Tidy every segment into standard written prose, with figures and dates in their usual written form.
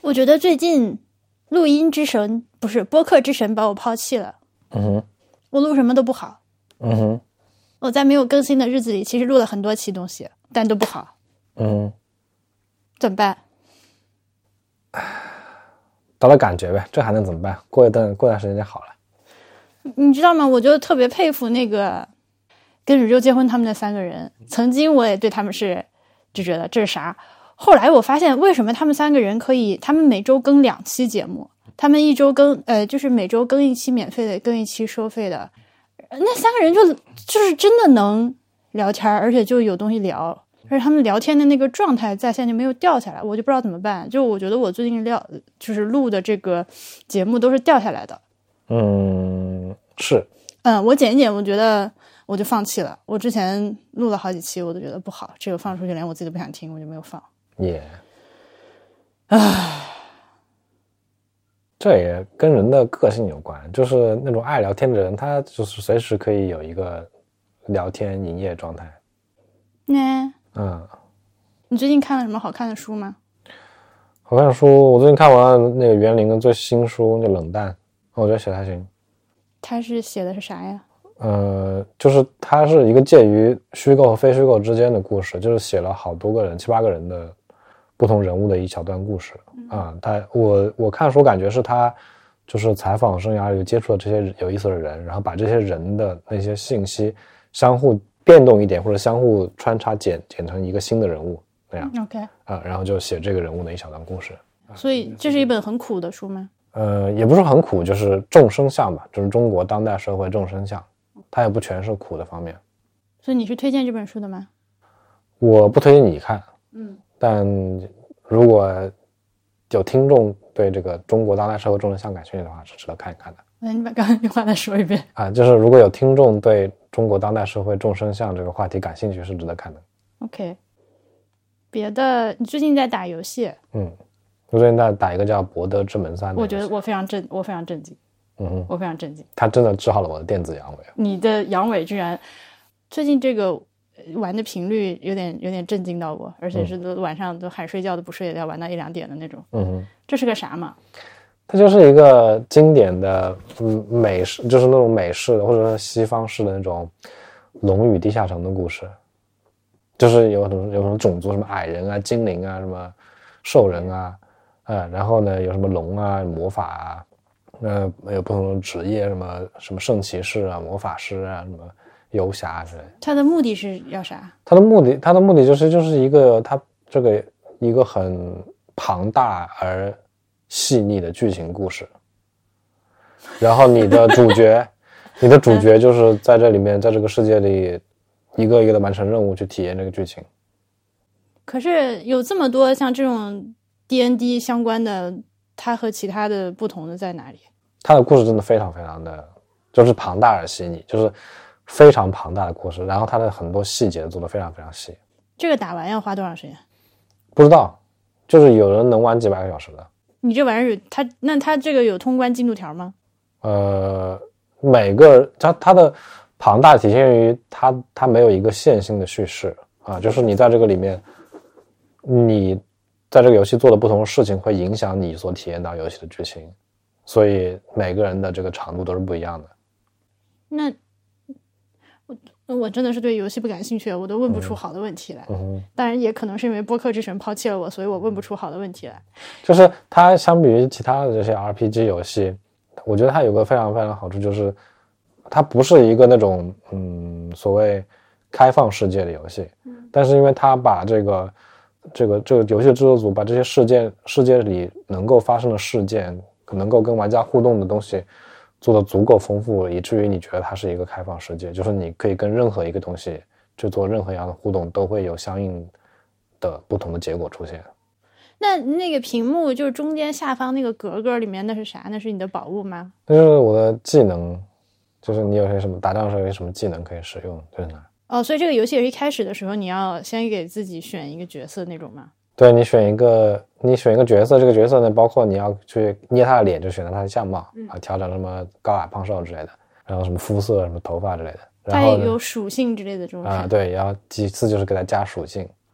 我觉得最近录音之神不是播客之神把我抛弃了。我录什么都不好。我在没有更新的日子里其实录了很多期东西，但都不好。怎么办？ 找到感觉呗，这还能怎么办？过段时间就好了。 你知道吗？我就特别佩服那个跟宇宙结婚他们那3个人。曾经我也对他们就觉得这是啥，后来我发现为什么他们3个人可以，他们每周更2期节目，他们一周就是每周更1期免费的，更1期收费的。那3个人就是真的能聊天，而且就有东西聊，而且他们聊天的那个状态在线就没有掉下来，我就不知道怎么办。就我觉得我最近就是录的这个节目都是掉下来的。 是。 我剪一剪，我觉得我就放弃了。我之前录了好几期，我都觉得不好，这个放出去连我自己都不想听，我就没有放。 这也跟人的个性有关，就是那种爱聊天的人，他就是随时可以有一个聊天营业状态。 你最近看了什么好看的书吗？ 好看的书，我最近看完了那个袁林的最新书《冷淡》，我觉得写得还行。 他是写的是啥呀？ 就是它是一个介于虚构和非虚构之间的故事，就是写了好多个人，7、8个人的不同人物的一小段故事。我看书感觉是他就是采访生涯里接触的这些有意思的人，然后把这些人的那些信息相互变动一点，或者相互穿插剪成一个新的人物那样。 OK。 然后就写这个人物的一小段故事。 所以这是一本很苦的书吗？ 也不是很苦，就是众生相吧，就是中国当代社会众生相，它也不全是苦的方面。 所以你是推荐这本书的吗？ 我不推荐你看。但如果有听众对这个中国当代社会众生相感兴趣的话，是值得看一看的。 你把刚才那句话再说一遍。 就是如果有听众对中国当代社会众生相这个话题感兴趣，是值得看的。 OK。别的，你最近在打游戏？ 我最近在打一个叫《博德之门3》的游戏。 我觉得我非常震惊。我非常震惊。 它真的治好了我的电子阳痿。 你的阳痿居然最近这个玩的频率有点震惊到我，而且是晚上都还睡觉都不睡，要玩到1、2点的那种。这是个啥嘛？ 它就是一个经典的美式，就是那种美式的或者是西方式的那种龙与地下城的故事，就是有什么种族，什么矮人啊、精灵啊、什么兽人啊，然后呢有什么龙啊、魔法啊，有不同的职业，什么圣骑士啊、魔法师啊、什么游侠之类的。 他的目的是要啥？ 他的目的就是一个他这个一个很庞大而细腻的剧情故事，然后你的主角就是在这里面，在这个世界里一个一个的完成任务去体验这个剧情。 可是有这么多像这种 D&D 相关的，它和其他的不同的在哪里？ 他的故事真的非常非常的就是庞大而细腻，就是非常庞大的故事，然后他的很多细节做得非常非常细。 这个打完要花多长时间？不知道，就是有人能玩几百个小时的。 你这玩意儿他这个有通关进度条吗？ 每个它的庞大体现于它没有一个线性的叙事就是你在这个里面，你在这个游戏做的不同的事情会影响你所体验到游戏的剧情，所以每个人的这个长度都是不一样的。 那我真的是对游戏不感兴趣，我都问不出好的问题来。当然也可能是因为播客之神抛弃了我，所以我问不出好的问题来。 就是它相比于其他的这些 RPG 游戏，我觉得它有个非常非常好处，就是它不是一个那种所谓开放世界的游戏，但是因为它把这个游戏制作组把这些世界里能够发生的事件，能够跟玩家互动的东西做得足够丰富，以至于你觉得它是一个开放世界，就是你可以跟任何一个东西去做任何一样的互动，都会有相应的不同的结果出现。 那个屏幕就是中间下方那个格格里面那是啥？那是你的宝物吗？ 那就是我的技能，就是你有些什么打仗的时候有什么技能可以使用，就是那。 所以这个游戏一开始的时候你要先给自己选一个角色那种吗？ 对，你选一个角色，这个角色呢，包括你要去捏他的脸，就选择他的相貌调整什么高矮胖瘦之类的，然后什么肤色、什么头发之类的。然后它有属性之类的这种对，然后其次就是给它加属性。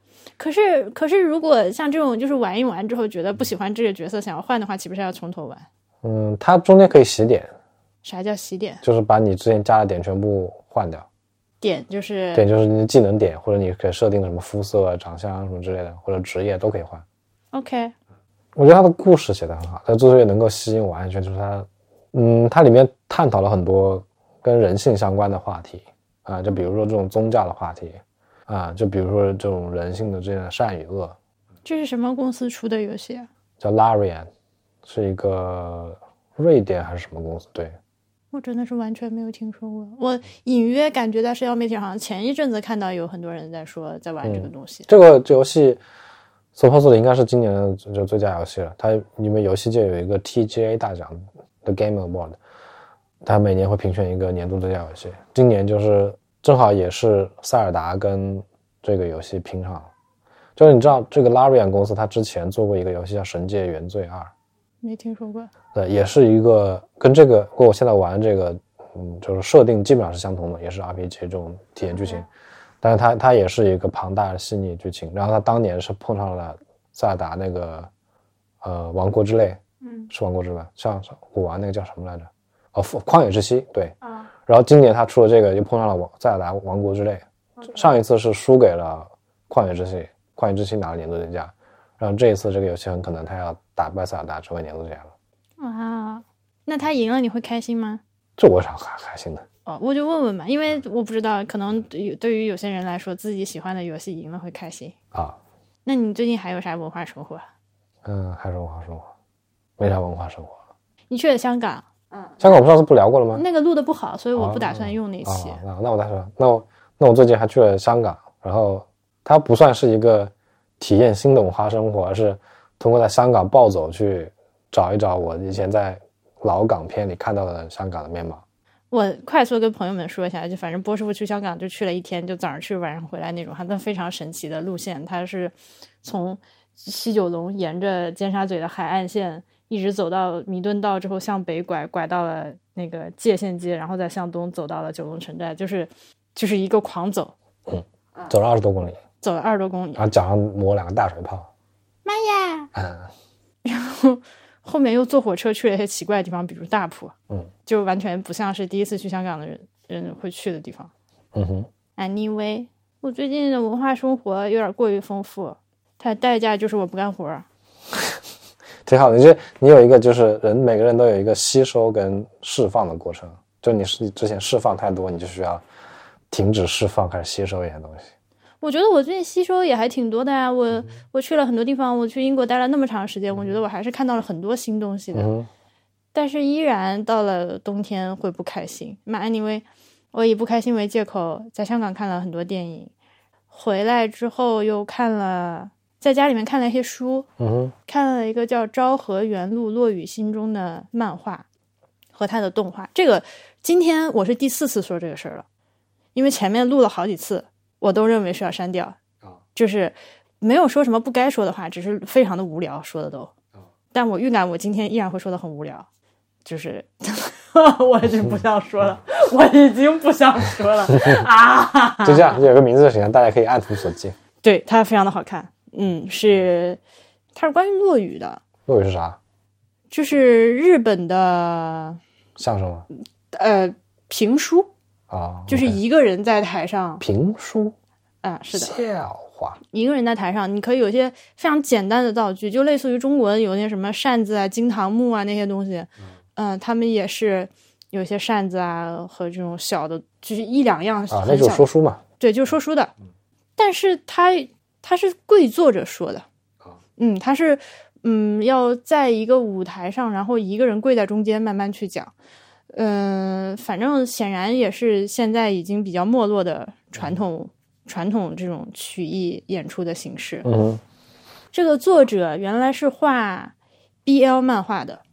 可是如果像这种就是玩一玩之后觉得不喜欢这个角色想要换的话，岂不是要从头玩？ 它中间可以洗点。 啥叫洗点？ 就是把你之前加的点全部换掉。 点就是你技能点，或者你可以设定的什么肤色、长相什么之类的，或者职业都可以换。 OK， 我觉得他的故事写得很好，他之所以能够吸引我，完全就是它里面探讨了很多跟人性相关的话题啊，就比如说这种宗教的话题啊，就比如说这种人性的这样的善与恶。 这是什么公司出的游戏啊？ 叫 Larian， 是一个瑞典还是什么公司？对。 我真的是完全没有听说过，我隐约感觉在社交媒体上前一阵子看到有很多人在说在玩这个东西。 这个游戏 supposedly 应该是今年的就最佳游戏了。它因为游戏界有一个 TGA 大奖的 Game Award， 它每年会评选一个年度最佳游戏。今年就是正好也是塞尔达跟这个游戏拼上了。就是你知道这个 Larian 公司它之前做过一个游戏叫《神界原罪2》。 没听说过。 对，也是一个跟这个跟我现在玩这个就是设定基本上是相同的，也是 RPG 这种体验剧情，但是它也是一个庞大的细腻剧情。然后它当年是碰上了塞尔达那个王国之泪，是王国之泪吧？像我玩那个叫什么来着？旷野之息，对。然后今年他出了这个，又碰上了塞尔达王国之泪。上一次是输给了旷野之息，旷野之息拿了年度最佳。然后这一次这个游戏很可能他要打败塞尔达成为年度最佳了。 哇，那他赢了你会开心吗？ 这我是很开心的。 我就问问嘛，因为我不知道，可能对于有些人来说，自己喜欢的游戏赢了会开心啊。 那你最近还有啥文化生活？ 还是文化生活，没啥文化生活。 你去了香港？ 香港我不上次不聊过了吗？ 那个录的不好，所以我不打算用那期。 那我再说，那我最近还去了香港，然后它不算是一个体验新的文化生活，而是通过在香港暴走去找一找我以前在老港片里看到的香港的面貌。 我快速跟朋友们说一下，就反正波师傅去香港就去了一天，就早上去晚上回来那种，还是非常神奇的路线。他是从西九龙沿着尖沙咀的海岸线一直走到弥敦道之后向北拐到了那个界限街，然后再向东走到了九龙城寨，就是一个狂走。 走了20多公里。 走了20多公里， 然后脚上磨2个大水泡。 妈呀！然后后面又坐火车去了一些奇怪的地方，比如大埔，就完全不像是第一次去香港的人会去的地方。Anyway， 我最近的文化生活有点过于丰富，它的代价就是我不干活。 挺好的，就是你有一个就是每个人都有一个吸收跟释放的过程，就你之前释放太多，你就需要停止释放，开始吸收一些东西。 我觉得我最近吸收也还挺多的呀，我去了很多地方，我去英国待了那么长时间，我觉得我还是看到了很多新东西的。但是依然到了冬天会不开心。Anyway， 我以不开心为借口，在香港看了很多电影，回来之后又在家里面看了一些书，看了一个叫《昭和元禄落雨心中》的漫画和它的动画。这个今天我是第4次说这个事儿了，因为前面录了好几次。我都认为是要删掉，就是没有说什么不该说的话，只是非常的无聊说的都。但我预感我今天依然会说的很无聊，就是我已经不想说了，我已经不想说了啊！ 就这样，有个名字就行了，大家可以按图索骥。 对，它非常的好看，它是关于落雨的。 落雨是啥？就是日本的像什么？ 评书。就是一个人在台上评书是的， 笑话。 一个人在台上，你可以有一些非常简单的道具，就类似于中国有些什么扇子啊、金堂木啊那些东西，他们也是有些扇子啊和这种小的，就是1-2样很小的那就是说书嘛。 对，就是说书的。但是他是跪坐着说的，他是要在一个舞台上，然后一个人跪在中间慢慢去讲。反正显然也是现在已经比较没落的传统这种曲艺演出的形式。这个作者原来是画 BL 漫画的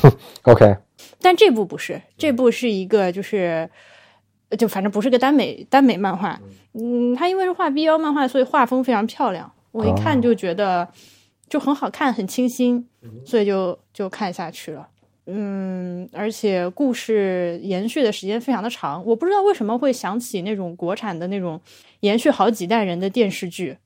OK， 但这部不是，这部是一个就反正不是个耽美漫画。他因为是画 BL 漫画，所以画风非常漂亮，我一看就觉得就很好看，很清新，所以就看下去了。而且故事延续的时间非常的长，我不知道为什么会想起那种国产的那种延续好几代人的电视剧，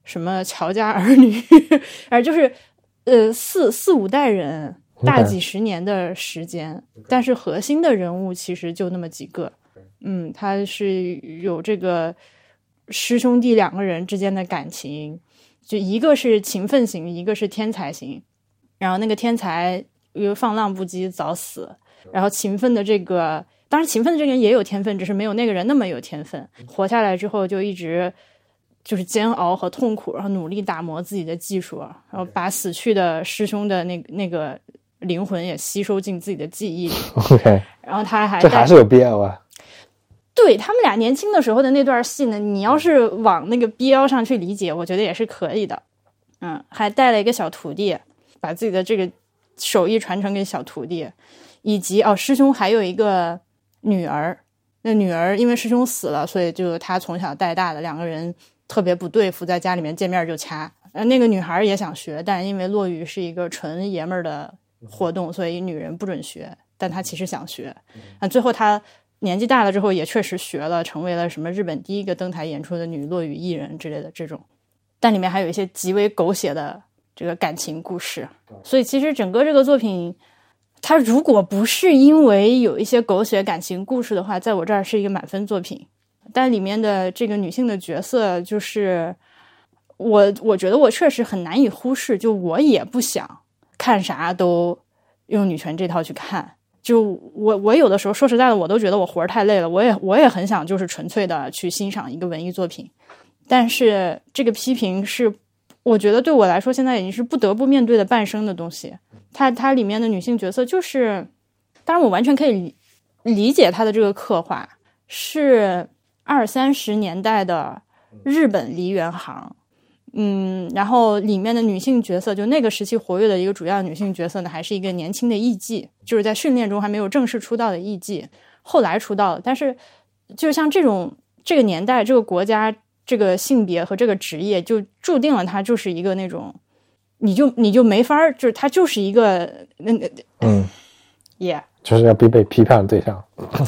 什么乔家儿女，就是四五代人，大几十年的时间，但是核心的人物其实就那么几个。他是有这个师兄弟两个人之间的感情，就一个是勤奋型，一个是天才型。然后那个天才因为放浪不羁早死，然后勤奋的这个，当然勤奋的这个人也有天分，只是没有那个人那么有天分。活下来之后就一直就是煎熬和痛苦，然后努力打磨自己的技术，然后把死去的师兄的那个灵魂也吸收进自己的记忆里。 OK， 然后他这还是有必要啊。 对，他们俩年轻的时候的那段戏呢，你要是往那个 BL 上去理解，我觉得也是可以的。还带了一个小徒弟，把自己的这个手艺传承给小徒弟，以及师兄还有一个女儿，那女儿因为师兄死了，所以就他从小带大的，两个人特别不对付，在家里面见面就掐。那个女孩也想学，但因为落语是一个纯爷们儿的活动，所以女人不准学，但她其实想学。最后她年纪大了之后也确实学了，成为了什么日本第一个登台演出的女落语艺人之类的这种。但里面还有一些极为狗血的这个感情故事，所以其实整个这个作品，它如果不是因为有一些狗血感情故事的话，在我这儿是一个满分作品。但里面的这个女性的角色，就是我觉得我确实很难以忽视，就我也不想看啥都用女权这套去看。就我有的时候说实在的，我都觉得我活儿太累了，我也很想就是纯粹的去欣赏一个文艺作品。但是这个批评是我觉得对我来说现在已经是不得不面对的半生的东西。它里面的女性角色就是，当然我完全可以理解它的这个刻画，是20-30年代的日本梨园行。然后里面的女性角色，就那个时期活跃的一个主要女性角色呢，还是一个年轻的艺妓，就是在训练中还没有正式出道的艺妓，后来出道了。但是就像这个年代这个国家这个性别和这个职业，就注定了它就是一个那种你就没法，就是它就是一个就是要必被批判的对象。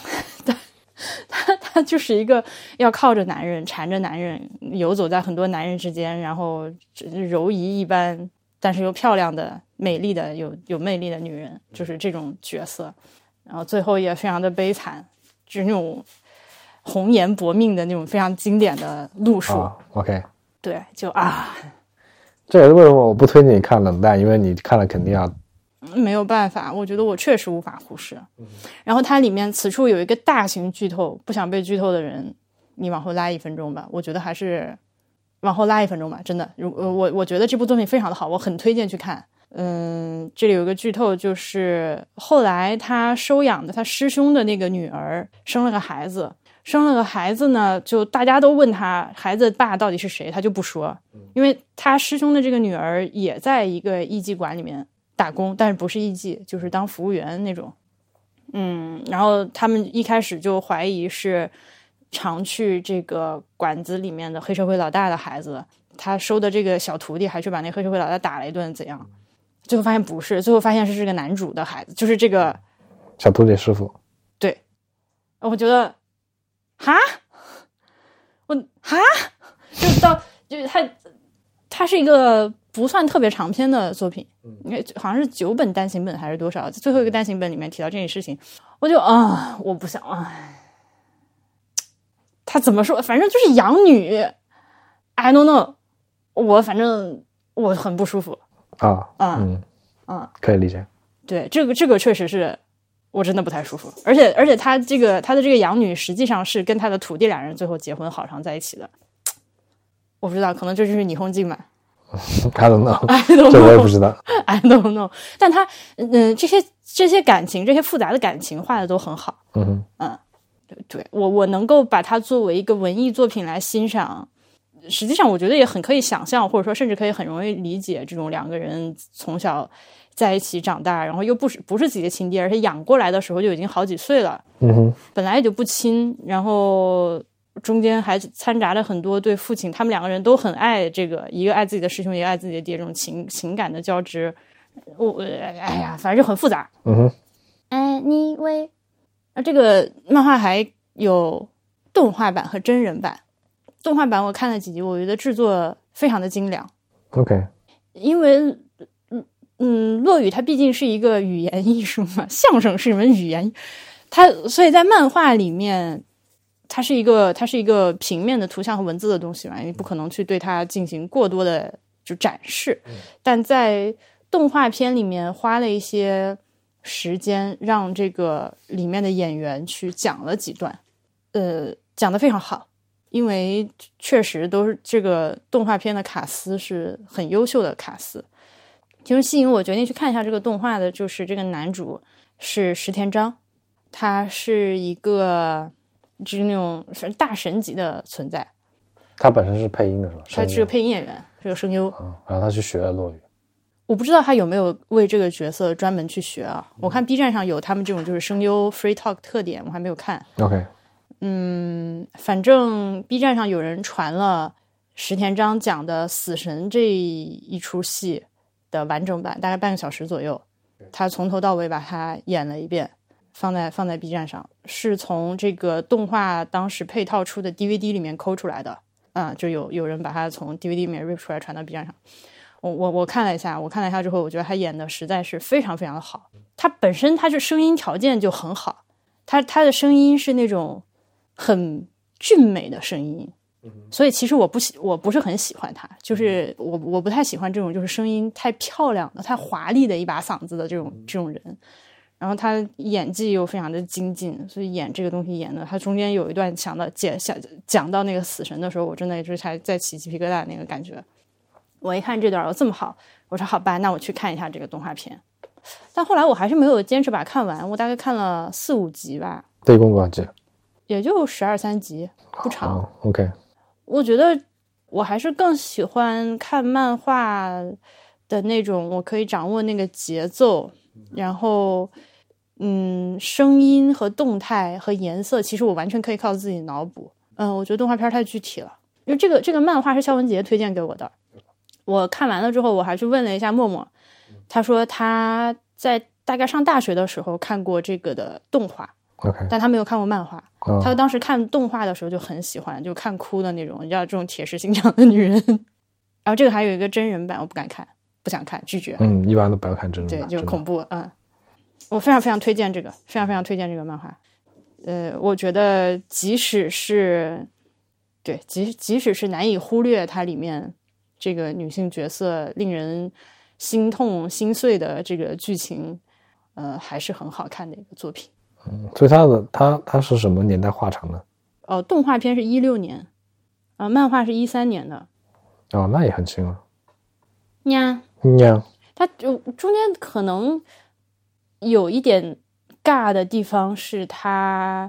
他就是一个要靠着男人，缠着男人，游走在很多男人之间，然后柔仪一般但是又漂亮的美丽的有魅力的女人，就是这种角色。然后最后也非常的悲惨，就是那种红颜薄命的那种非常经典的路数。 OK， 对，就这也是为什么我不推荐你看冷淡，因为你看了肯定要没有办法，我觉得我确实无法忽视。然后它里面此处有一个大型剧透，不想被剧透的人你往后拉1分钟吧，我觉得还是往后拉1分钟吧，真的。我觉得这部作品非常的好，我很推荐去看。这里有一个剧透，就是后来他收养的他师兄的那个女儿生了个孩子呢，就大家都问他孩子爸到底是谁，他就不说，因为他师兄的这个女儿也在一个艺妓馆里面打工，但是不是艺妓，就是当服务员那种。然后他们一开始就怀疑是常去这个馆子里面的黑社会老大的孩子，他收的这个小徒弟还去把那黑社会老大打了一顿怎样，最后发现不是，最后发现是这个男主的孩子，就是这个小徒弟师傅。 对，我觉得就是它是一个不算特别长篇的作品，好像是9本单行本还是多少，最后一个单行本里面提到这件事情，我就我不想他怎么说，反正就是养女 I don't know， 反正我很不舒服可以理解。 对，这个确实是我真的不太舒服，而且他的这个养女实际上是跟他的徒弟2人最后结婚好上在一起的，我不知道，可能这就是霓虹镜吧。 I don't know， 这我也不知道。 I don't know， 但他这些感情，这些复杂的感情画的都很好。对，我能够把它作为一个文艺作品来欣赏，实际上我觉得也很可以想象，或者说甚至可以很容易理解这种2个人从小在一起长大，然后又不是自己的亲爹，而且养过来的时候就已经好几岁了，本来也就不亲，然后中间还掺杂着很多对父亲，他们2个人都很爱这个，一个爱自己的师兄，一个爱自己的爹，这种情感的交织，反正就很复杂。Anyway， 这个漫画还有动画版和真人版。动画版我看了几集，我觉得制作非常的精良。 OK， 因为落语它毕竟是一个语言艺术嘛，相声是一门语言，所以在漫画里面它是一个平面的图像和文字的东西嘛，你不可能去对它进行过多的就展示，但在动画片里面花了一些时间让这个里面的演员去讲了几段，讲得非常好，因为确实都是这个动画片的卡司是很优秀的卡司。其实吸引我决定去看一下这个动画的就是这个男主是石田章，他是一个就是那种大神级的存在。 他本身是配音的是吧？ 他是个配音演员，是个声优。 然后他去学了落语。 我不知道他有没有为这个角色专门去学啊？我看 B 站上有他们这种就是声优 free talk 特点，我还没有看。 OK， 反正 B 站上有人传了石田章讲的《死神》这一出戏的完整版，大概半个小时左右，他从头到尾把它演了一遍，放在 B 站上，是从这个动画当时配套出的 DVD 里面抠出来的就有人把它从 DVD 里面 rip 出来传到 B 站上。我看了一下之后，我觉得他演的实在是非常非常的好。他本身他是声音条件就很好，他的声音是那种很俊美的声音，所以其实我不是很喜欢他，就是我不太喜欢这种就是声音太漂亮的、太华丽的一把嗓子的这种人。然后他演技又非常的精进，所以演这个东西演的，他中间有一段讲到那个死神的时候，我真的就是还在起鸡皮疙瘩那个感觉。我一看这段这么好，我说好吧，那我去看一下这个动画片。但后来我还是没有坚持把它看完，我大概看了4-5集吧。 这一共多少集？ 也就12-13集，不长。 OK， 我觉得我还是更喜欢看漫画的那种，我可以掌握那个节奏，然后声音和动态和颜色，其实我完全可以靠自己脑补。我觉得动画片太具体了，因为这个漫画是肖文杰推荐给我的。我看完了之后，我还去问了一下默默，他说他在大概上大学的时候看过这个的动画， OK， 但他没有看过漫画。他当时看动画的时候就很喜欢，就看哭的那种，你知道这种铁石心肠的女人。然后这个还有一个真人版，我不敢看，不想看，拒绝。 一般都不要看真人版， 对，就恐怖。我非常非常推荐这个，非常非常推荐这个漫画。我觉得即使是难以忽略它里面这个女性角色令人心痛心碎的这个剧情，还是很好看的一个作品。 所以它是什么年代画成的？ 动画片是16年，漫画是13年的。 那也很新了。 呀，它中间可能有一点尬的地方是它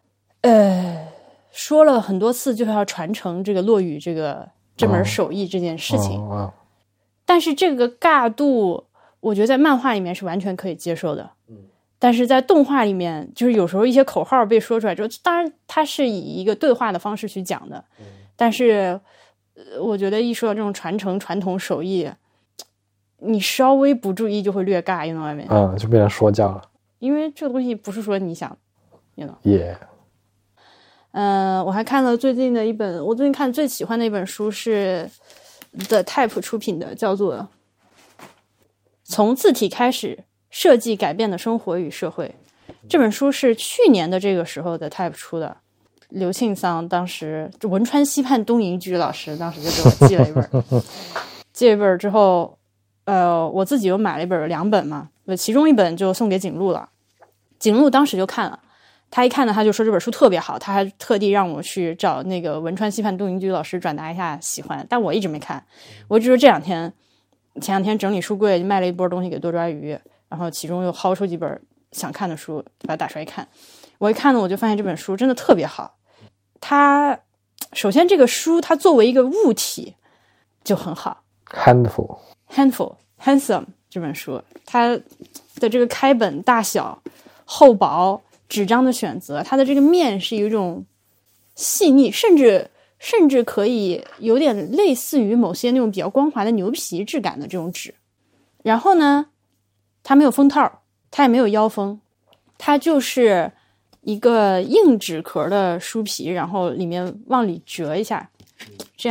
说了很多次就是要传承这个落语这门手艺这件事情，但是这个尬度我觉得在漫画里面是完全可以接受的，但是在动画里面就是有时候一些口号被说出来之后，当然它是以一个对话的方式去讲的，但是我觉得一说到这种传承传统手艺，你稍微不注意就会略尬，you know what I mean？ 就变成说教了， 因为这个东西不是说你想 you know。 我还看了最近的一本，我最近看最喜欢的一本书是 The Type 出品的，叫做从字体开始设计改变的生活与社会。这本书是去年的这个时候的 Type 出的，刘庆桑当时汶川西畔东营居老师当时就给我寄了一本寄了一本之后我自己又买了一本2本嘛，其中一本就送给景路了，景路当时就看了，他一看呢他就说这本书特别好，他还特地让我去找那个汶川西畔东营居老师转达一下喜欢，但我一直没看，我只是前2天整理书柜卖了一波东西给多抓鱼，然后其中又薅出几本想看的书把它打出来看，我一看呢我就发现这本书真的特别好。它首先这个书它作为一个物体就很好， handsome 这本书它的这个开本大小厚薄纸张的选择，它的这个面是有一种细腻，甚至可以有点类似于某些那种比较光滑的牛皮质感的这种纸。然后呢它没有封套，它也没有腰封，它就是一个硬纸壳的书皮，然后里面往里折一下，这样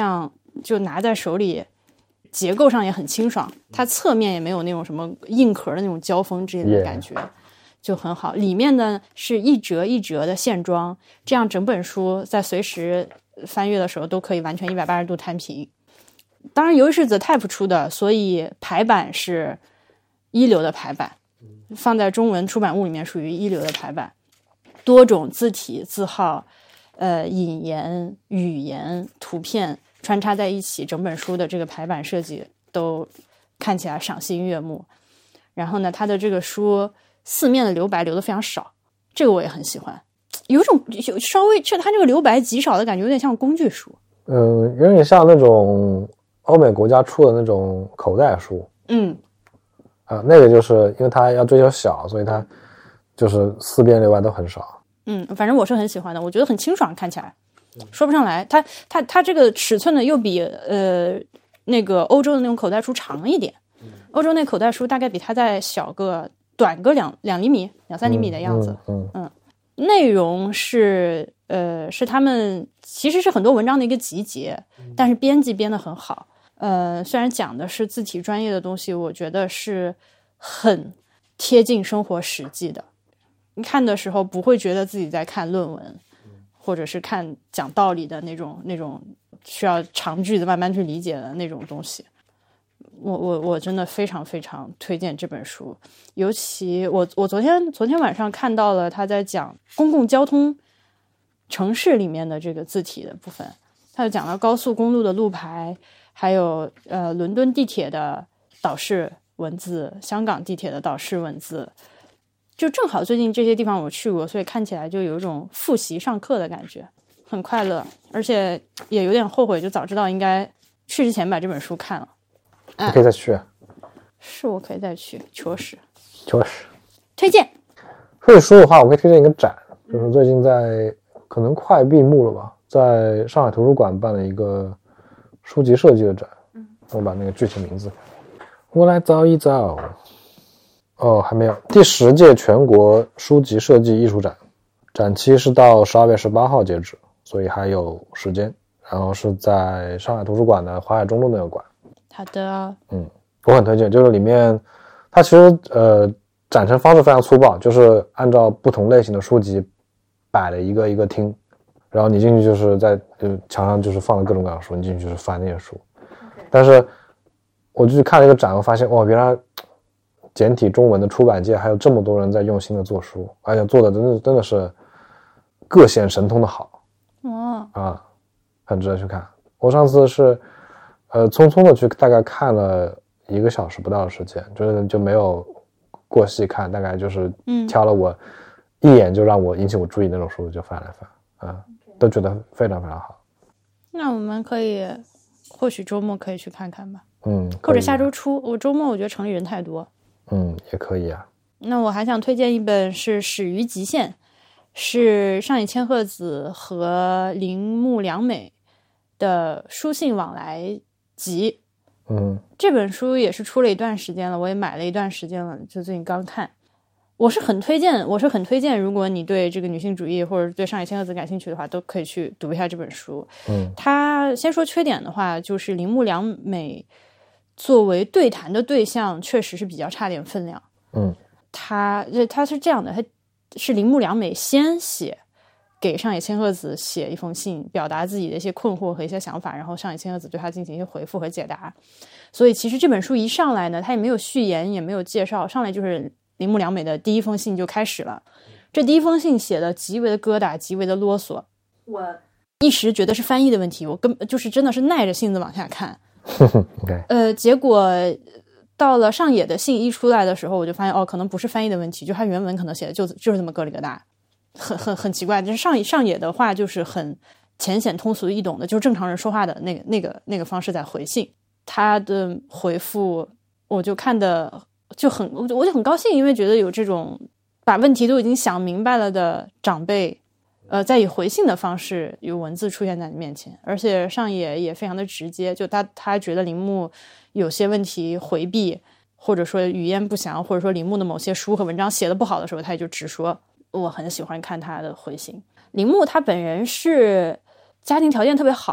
就拿在手里，结构上也很清爽，它侧面也没有那种什么硬壳的那种胶封之类的感觉，就很好。里面呢是一折一折的线装，这样整本书在随时翻阅的时候都可以完全180度摊平。当然由于是 The Type 出的，所以排版是一流的排版，放在中文出版物里面属于一流的排版，多种字体字号引言语言图片穿插在一起，整本书的这个排版设计都看起来赏心悦目。然后呢，它的这个书四面的留白留得非常少，这个我也很喜欢，有稍微它这个留白极少的感觉，有点像工具书。 有点像那种欧美国家出的那种口袋书。那个就是因为它要追求小，所以它就是四边留白都很少。 反正我是很喜欢的，我觉得很清爽，看起来说不上来。它这个尺寸呢又比那个欧洲的那种口袋书长一点。欧洲那口袋书大概比它再短个2厘米2、3厘米的样子。内容是他们其实是很多文章的一个集结，但是编辑编得很好。虽然讲的是字体专业的东西，我觉得是很贴近生活实际的。你看的时候不会觉得自己在看论文，或者是看讲道理的那种需要长句子慢慢去理解的那种东西。我真的非常非常推荐这本书，尤其我昨天晚上看到了他在讲公共交通城市里面的这个字体的部分，他就讲到高速公路的路牌，还有伦敦地铁的导视文字，香港地铁的导视文字，就正好最近这些地方我去过，所以看起来就有一种复习上课的感觉，很快乐，而且也有点后悔，就早知道应该去之前把这本书看了。 你可以再去。 是我可以再去，确实推荐。 说起书的话，我可以推荐一个展，就是最近在可能快闭幕了吧，在上海图书馆办了一个书籍设计的展。我把那个具体名字我来找一找。还没有。第10届全国书籍设计艺术展，展期是到12月18号截止，所以还有时间。然后是在上海图书馆的淮海中路那个馆。 好的。 我很推荐，就是里面它其实展陈方式非常粗暴，就是按照不同类型的书籍摆了一个一个厅，然后你进去就是墙上就是放了各种各样的书，你进去就是翻那些书。但是我就去看了一个展，我发现原来简体中文的出版界还有这么多人在用心的做书，而且做的真的是各显神通的好。很值得去看。我上次是匆匆的去大概看了1个小时不到的时间，就没有过细看，大概就是挑了我一眼就让我引起我注意那种书就翻来翻，都觉得非常非常好。 那我们或许周末可以去看看吧。 或者下周初，我周末我觉得城里人太多。 也可以啊。 那我还想推荐一本是《始于极限》，是上野千鹤子和铃木良美的书信往来集。这本书也是出了一段时间了，我也买了一段时间了，就最近刚看。我是很推荐，如果你对这个女性主义或者对上野千鹤子感兴趣的话，都可以去读一下这本书。他先说缺点的话，就是铃木良美作为对谈的对象确实是比较差点分量。他是这样的，他是铃木良美先给上野千鹤子写一封信，表达自己的一些困惑和一些想法，然后上野千鹤子对他进行一些回复和解答。所以其实这本书一上来呢，他也没有序言，也没有介绍，上来就是铃木良美的第一封信就开始了。这第一封信写的极为的疙瘩，极为的啰嗦，我一时觉得是翻译的问题，我就是真的是耐着性子往下看。结果到了上野的信一出来的时候，我就发现可能不是翻译的问题，就他原文可能写的就是这么疙里疙瘩，很奇怪。就是上野的话就是很浅显通俗易懂的，就是正常人说话的那个方式在回信。他的回复我就看的我就很高兴，因为觉得有这种把问题都已经想明白了的长辈在以回信的方式有文字出现在你面前，而且上野也非常的直接，就他觉得铃木有些问题回避，或者说语焉不详，或者说铃木的某些书和文章写的不好的时候，他也就直说。我很喜欢看他的回信。铃木他本人是家庭条件特别好，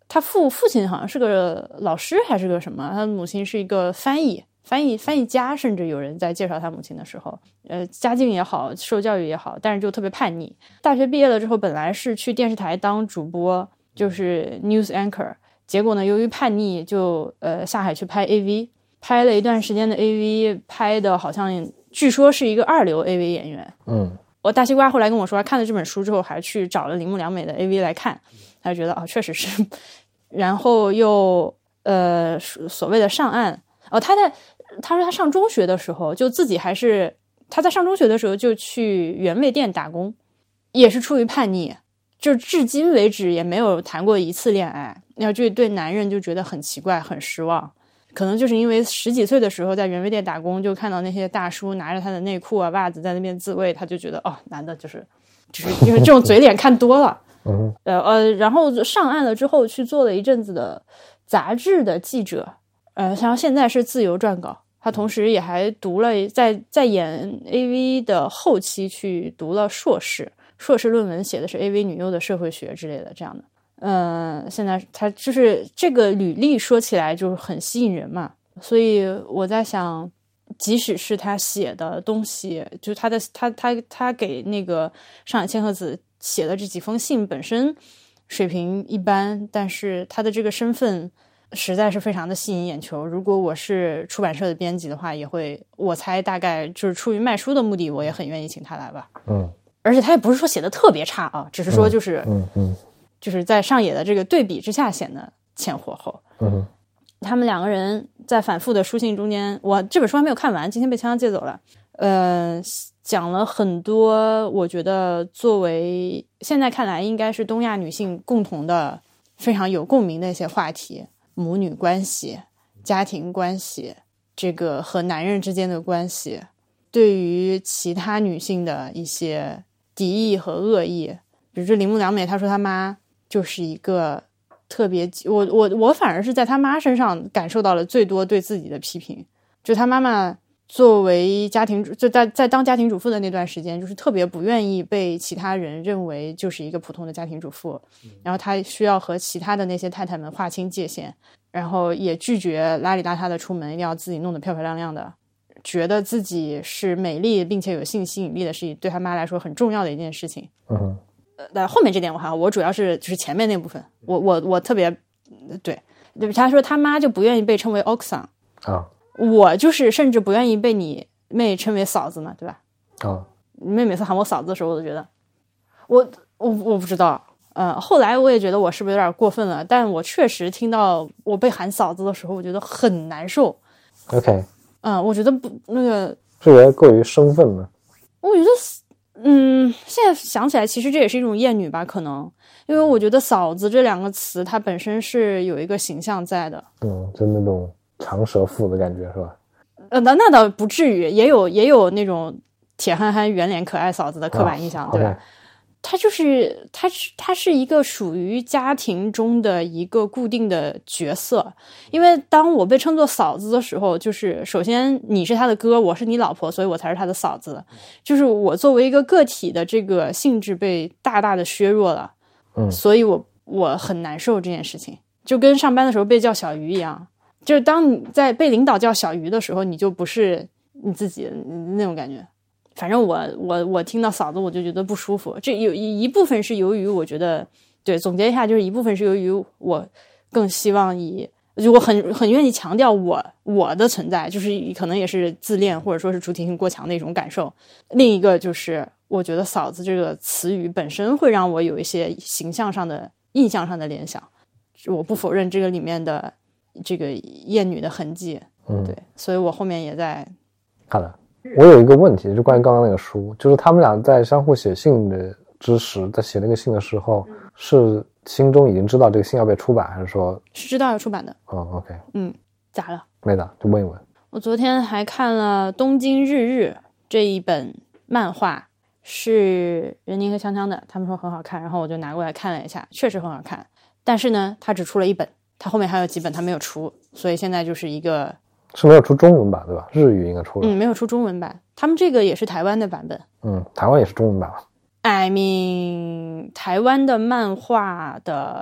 他父亲好像是个老师还是个什么，他的母亲是一个翻译家，甚至有人在介绍他母亲的时候，家境也好，受教育也好，但是就特别叛逆。大学毕业了之后，本来是去电视台当主播，就是 news anchor， 结果呢，由于叛逆就下海去拍 AV， 拍了一段时间的 AV， 拍的好像据说是一个2流 AV 演员。我大西瓜后来跟我说，看了这本书之后，还去找了铃木良美的 AV 来看，他就觉得确实是，然后又所谓的上岸。他说他上中学的时候就自己他在上中学的时候就去原味店打工，也是出于叛逆，就至今为止也没有谈过一次恋爱，然后就对男人就觉得很奇怪很失望。可能就是因为10几岁的时候在原味店打工，就看到那些大叔拿着他的内裤啊袜子在那边自慰，他就觉得男的就是因为这种嘴脸看多了。然后上岸了之后去做了一阵子的杂志的记者，然后现在是自由撰稿。他同时也还读了在演 AV 的后期去读了硕士论文，写的是 AV 女优的社会学之类的这样的。现在他就是这个履历说起来就是很吸引人嘛，所以我在想，即使是他写的东西，就他给那个上海千鹤子写的这几封信本身水平一般，但是他的这个身份实在是非常的吸引眼球。如果我是出版社的编辑的话，也会，我猜大概就是出于卖书的目的，我也很愿意请他来吧。而且他也不是说写的特别差啊，只是说就是就是在上野的这个对比之下显得欠火候。他们2个人在反复的书信中间，我这本书还没有看完，今天被枪借走了。讲了很多我觉得作为现在看来应该是东亚女性共同的非常有共鸣的一些话题，母女关系、家庭关系，这个和男人之间的关系，对于其他女性的一些敌意和恶意。比如说铃木良美，她说她妈就是一个特别，我反而是在她妈身上感受到了最多对自己的批评。就她妈妈作为家庭，就在当家庭主妇的那段时间，就是特别不愿意被其他人认为就是一个普通的家庭主妇，然后她需要和其他的那些太太们划清界限，然后也拒绝邋里邋遢的出门，一定要自己弄得漂漂亮亮的，觉得自己是美丽并且有性吸引力的，是对她妈来说很重要的一件事情。但后面这点我还好，我主要是就是前面那部分，我特别对，他说他妈就不愿意被称为奥桑我就是甚至不愿意被你妹称为嫂子呢，对吧？你妹每次喊我嫂子的时候，我都觉得我不知道。后来我也觉得我是不是有点过分了，但我确实听到我被喊嫂子的时候，我觉得很难受。 OK， 我觉得不那个是觉得过于生分了。 我觉得现在想起来，其实这也是一种厌女吧，可能因为我觉得嫂子这2个词它本身是有一个形象在的。 就那种长舌妇的感觉是吧？ 那倒不至于，也有那种铁憨憨圆脸可爱嫂子的刻板印象，对吧？它是一个属于家庭中的一个固定的角色。因为当我被称作嫂子的时候，就是首先你是他的哥，我是你老婆，所以我才是他的嫂子，就是我作为一个个体的这个性质被大大的削弱了。所以我很难受这件事情，就跟上班的时候被叫小鱼一样，就是当你在被领导叫小鱼的时候，你就不是你自己那种感觉。反正我听到嫂子我就觉得不舒服，这有一部分是由于我觉得，对，总结一下，就是一部分是由于我更希望就我很愿意强调我的存在，就是可能也是自恋或者说是主体性过强的一种感受。另一个就是我觉得嫂子这个词语本身会让我有一些形象上的印象上的联想，我不否认这个里面的这个厌女的痕迹。对，所以我后面也在看了。我有一个问题，就关于刚刚那个书，就是他们俩在相互写信的之时，在写那个信的时候，是心中已经知道这个信要被出版，还是说是知道要出版的 ？OK。 咋了？ 没咋，就问一问。 我昨天还看了《东京日日》这一本漫画，是任宁和锵锵的，他们说很好看，然后我就拿过来看了一下，确实很好看。但是呢，他只出了1本，他后面还有几本他没有出，所以现在就是一个是没有出中文版对吧？日语应该出了。 没有出中文版，他们这个也是台湾的版本。 台湾也是中文版。 I mean， 台湾的漫画的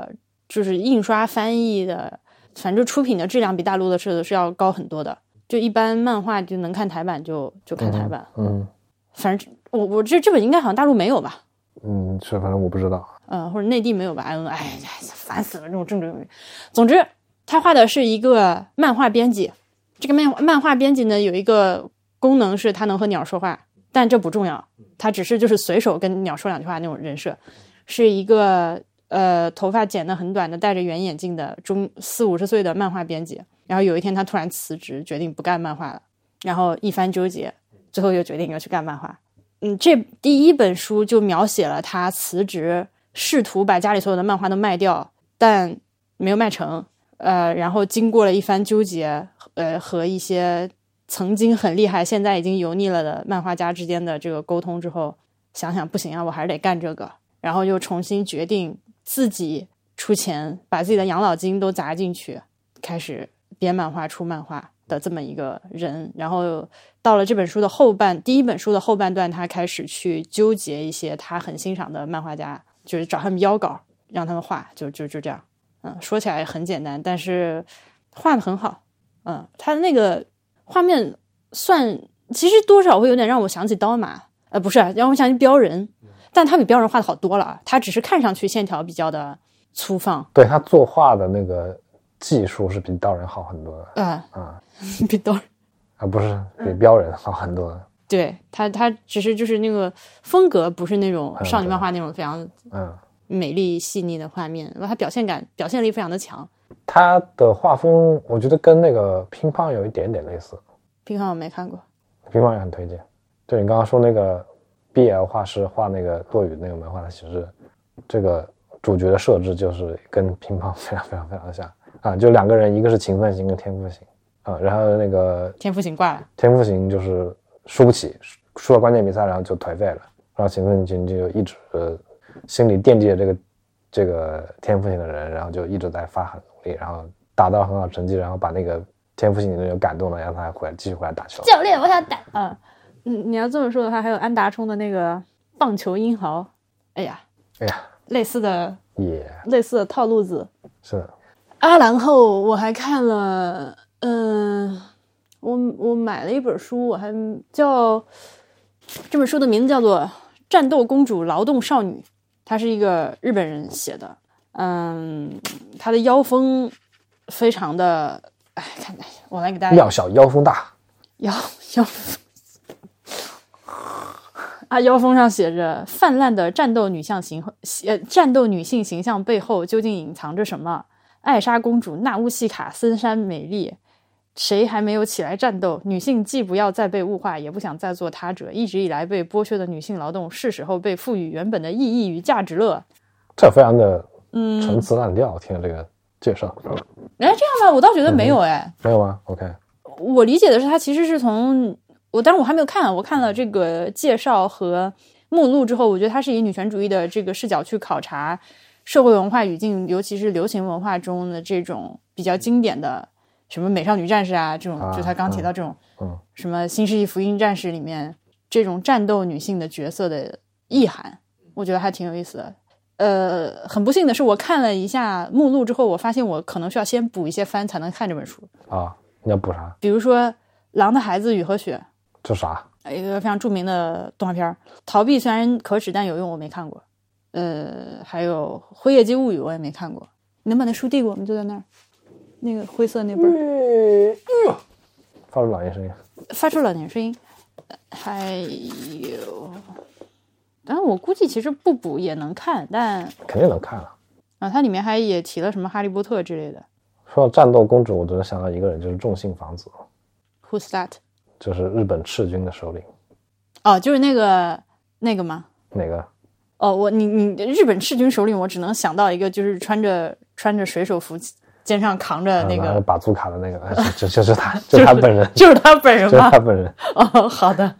就是印刷翻译的，反正出品的质量比大陆的是要高很多的。就一般漫画就能看台版就看台版。反正我这本应该好像大陆没有吧？ 是，反正我不知道。 或者内地没有吧？烦死了这种政治用语。总之，他画的是一个漫画编辑。这个漫画编辑呢，有一个功能是他能和鸟说话，但这不重要，他只是就是随手跟鸟说两句话那种人设，是一个头发剪得很短的戴着圆眼镜的40-50岁的漫画编辑。然后有一天他突然辞职，决定不干漫画了，然后一番纠结，最后又决定要去干漫画。这第一本书就描写了他辞职，试图把家里所有的漫画都卖掉，但没有卖成。然后经过了一番纠结，和一些曾经很厉害现在已经油腻了的漫画家之间的这个沟通之后，想想不行啊，我还是得干这个，然后又重新决定自己出钱，把自己的养老金都砸进去，开始编漫画出漫画的这么一个人。然后到了这本书的第一本书的后半段，他开始去纠结一些他很欣赏的漫画家，就是找他们邀稿让他们画，就这样。说起来很简单，但是画得很好。他那个画面其实多少会有点让我想起刀马，不是让我想起标人，但他比标人画的好多了。他只是看上去线条比较的粗放，对， 他作画的那个技术是比刀人好很多的。 比刀人不是比标人好很多的。 对，他只是就是那个风格不是那种少女漫画那种非常美丽细腻的画面，然后他表现力非常的强。 他的画风我觉得跟那个乒乓有一点点类似。 乒乓我没看过， 乒乓也很推荐。对，你刚刚说那个 BL 画师画那个落雨那个漫画的形式，这个主角的设置就是跟乒乓非常非常非常的像就两个人，一个是勤奋型跟天赋型然后那个天赋型挂了， 天赋型就是输不起，输了关键比赛然后就颓废了，然后勤奋型就一直心里惦记着这个天赋型的人，然后就一直在发很努力，然后达到很好成绩，然后把那个天赋型的人就感动了，让他继续回来打球。 教练，我想打你要这么说的话，还有安达充的那个棒球英豪，哎呀，类似的套路子。 是的。 阿兰后我还看了，我买了一本书，我还叫这本书的名字叫做《战斗公主劳动少女》，它是一个日本人写的。它的腰封非常的，看我来给大家庙小腰封大， 腰腰封上写着泛滥的战斗女性形象背后究竟隐藏着什么？艾莎公主、纳乌西卡、森山美丽，谁还没有起来战斗？女性既不要再被物化，也不想再做他者，一直以来被剥削的女性劳动是时候被赋予原本的意义与价值了。 这非常的陈词滥调，听了这个介绍。 这样吧，我倒觉得没有没有吗 ？OK， 我理解的是它其实是从但是我还没有看，我看了这个介绍和目录之后，我觉得它是以女权主义的这个视角去考察社会文化语境，尤其是流行文化中的这种比较经典的什么美少女战士这种，就他刚提到这种什么新世纪福音战士里面这种战斗女性的角色的意涵，我觉得还挺有意思的。很不幸的是，我看了一下目录之后，我发现我可能需要先补一些番才能看这本书你要补啥？ 比如说《狼的孩子雨和雪》， 这啥？ 一个非常著名的动画片。逃避虽然可耻但有用，我没看过。还有《辉夜姬物语》我也没看过。你能把那书递给我们？就在那儿，那个灰色那本。 发出老年声音。 发出老年声音。还有，但我估计其实不补也能看，但肯定能看了。 它里面还也提了什么哈利波特之类的。 说到战斗公主，我只能想到一个人，就是众信房子。 Who's that？ 就是日本赤军的首领。 就是那个吗？ 哪个？ 你日本赤军首领，我只能想到一个，就是穿着水手服，肩上扛着那个把租卡的那个，就是他，就是他本人， 就是他本人吗？ 就是他本人。 好的。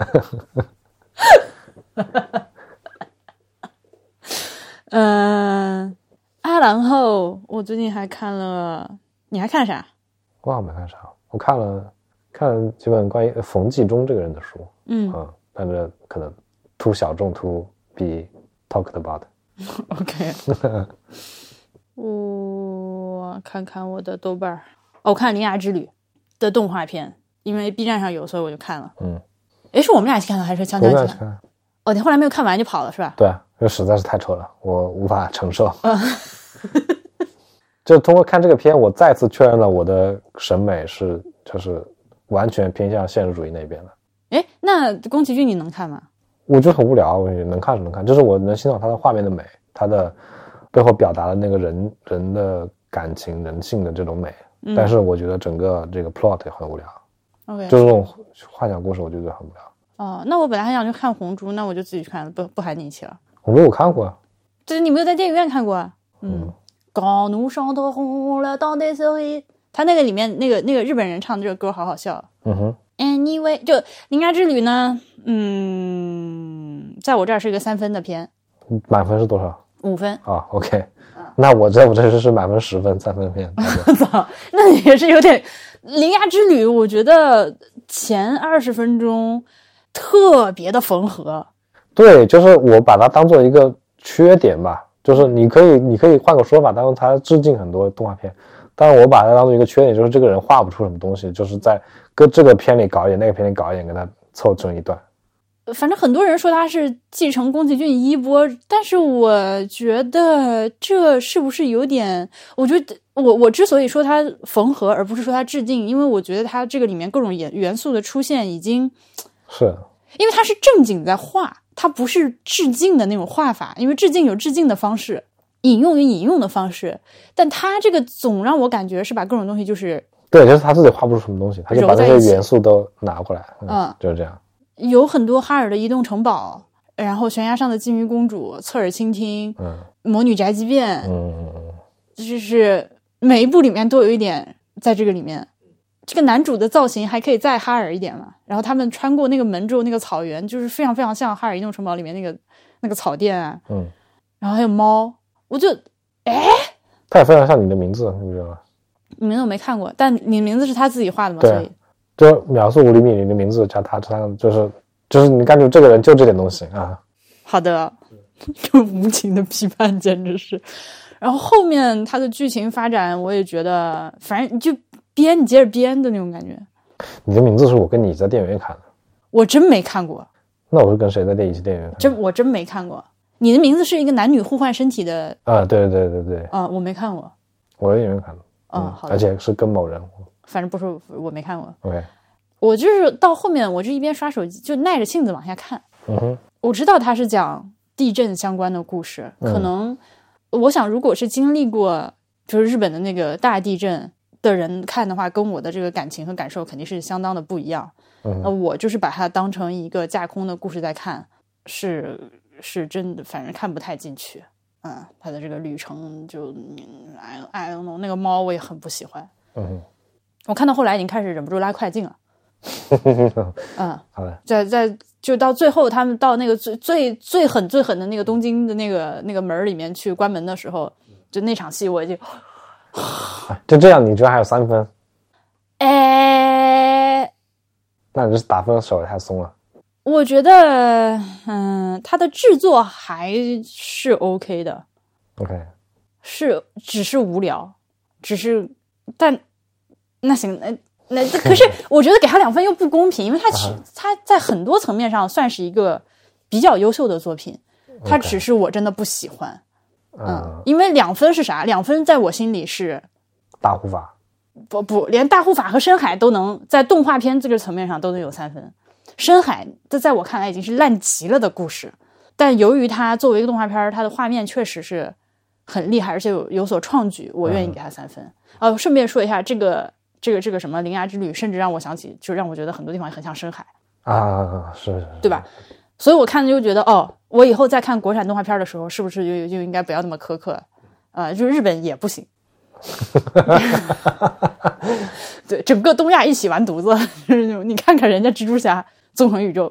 阿兰后，我最近还看了，你还看啥？ 我好像没看啥，我看了几本关于冯继忠这个人的书，但是可能 too 小众 too be talked about。 OK。 我看看我的豆瓣我看《铃芽之旅》的动画片，因为 B 站上有，所以我就看了。是我们俩一起看的还是锵锵一起看？你后来没有看完就跑了是吧？ 对啊，这实在是太丑了，我无法承受。就通过看这个片，我再次确认了我的审美就是完全偏向现实主义那边了。 那宫崎骏你能看吗？ 我觉得很无聊，我能看是能看，就是我能欣赏它的画面的美，它的背后表达的那个人的感情、人性的这种美。但是我觉得整个这个 plot 也很无聊。 OK， 就是这种幻想故事，我觉得很无聊。 那我本来还想去看红猪，那我就自己去看了，不喊你一起了。 红猪我看过， 就是你没有在电影院看过啊？高路上的红了到底是谁？他那个里面那个日本人唱的这个歌好好笑。Anyway， 就《铃芽之旅》呢，在我这儿是一个3分的片。 满分是多少 ？5分。 OK，那我这是满分10分3分的片。 那也是有点。《铃芽之旅》我觉得前20分钟特别的缝合。 对，就是我把它当做一个缺点吧，就是你可以换个说法，当做它致敬很多动画片，但是我把它当做一个缺点，就是这个人画不出什么东西，就是在这个片里搞一点，那个片里搞一点，跟他凑成一段。 反正很多人说他是继承宫崎骏衣钵，但是我觉得这是不是有点？我觉得我之所以说它缝合，而不是说它致敬，因为我觉得它这个里面各种元素的出现已经是， 因为它是正经在画，它不是致敬的那种画法，因为致敬有致敬的方式，引用有引用的方式，但它这个总让我感觉是把各种东西就是对，就是他自己画不出什么东西，他就把那些元素都拿过来，就是这样。 有很多哈尔的移动城堡，然后悬崖上的金鱼公主、侧耳倾听、魔女宅急便，就是每一部里面都有一点在这个里面。这个男主的造型还可以再哈尔一点了，然后他们穿过那个门之后，那个草原就是非常非常像哈尔移动城堡里面那个草甸啊，然后还有猫，我就他也非常像你的名字，你知道吗？ 你名字我没看过，但你名字是他自己画的吗？ 对， 所以就描述5厘米你的名字加他，就是你感觉这个人就这点东西啊。 好的，这无情的批判简直是。然后后面他的剧情发展，我也觉得，反正你就你接着编的那种感觉。 你的名字是我跟你在电影院看的， 我真没看过。 那我是跟谁在一起电影院看的？ 我真没看过。你的名字是一个男女互换身体的对， 我没看过。 我在电影院看的。 好的， 而且是跟某人， 反正不是我没看过。 OK， 我就是到后面我就一边刷手机，就耐着性子往下看。我知道他是讲地震相关的故事，可能我想如果是经历过就是日本的那个大地震的人看的话，跟我的这个感情和感受肯定是相当的不一样。我就是把它当成一个架空的故事在看，是真的，反正看不太进去。他的这个旅程就I don't know，那个猫我也很不喜欢。我看到后来已经开始忍不住拉快进了。 好的。 就到最后，他们到那个最狠的那个东京的那个门里面去关门的时候，就那场戏我已经就这样，你觉得还有3分？那你就是打分手也太松了。 我觉得，它的制作还是 OK 的。 OK， 只是无聊，但那行，可是我觉得给他2分又不公平，因为他在很多层面上算是一个比较优秀的作品，他只是我真的不喜欢。因为2分是啥？2分在我心里是大护法。 不，连大护法和深海都能在动画片这个层面上都能有3分。深海这在我看来已经是烂极了的故事，但由于它作为一个动画片，它的画面确实是很厉害，而且有所创举，我愿意给它3分。顺便说一下，这个什么铃芽之旅，甚至让我想起，就让我觉得很多地方很像深海是， 对吧？所以我看就觉得，我以后再看国产动画片的时候，是不是就应该不要那么苛刻？就日本也不行。对，整个东亚一起完犊子。你看看人家蜘蛛侠纵横宇宙。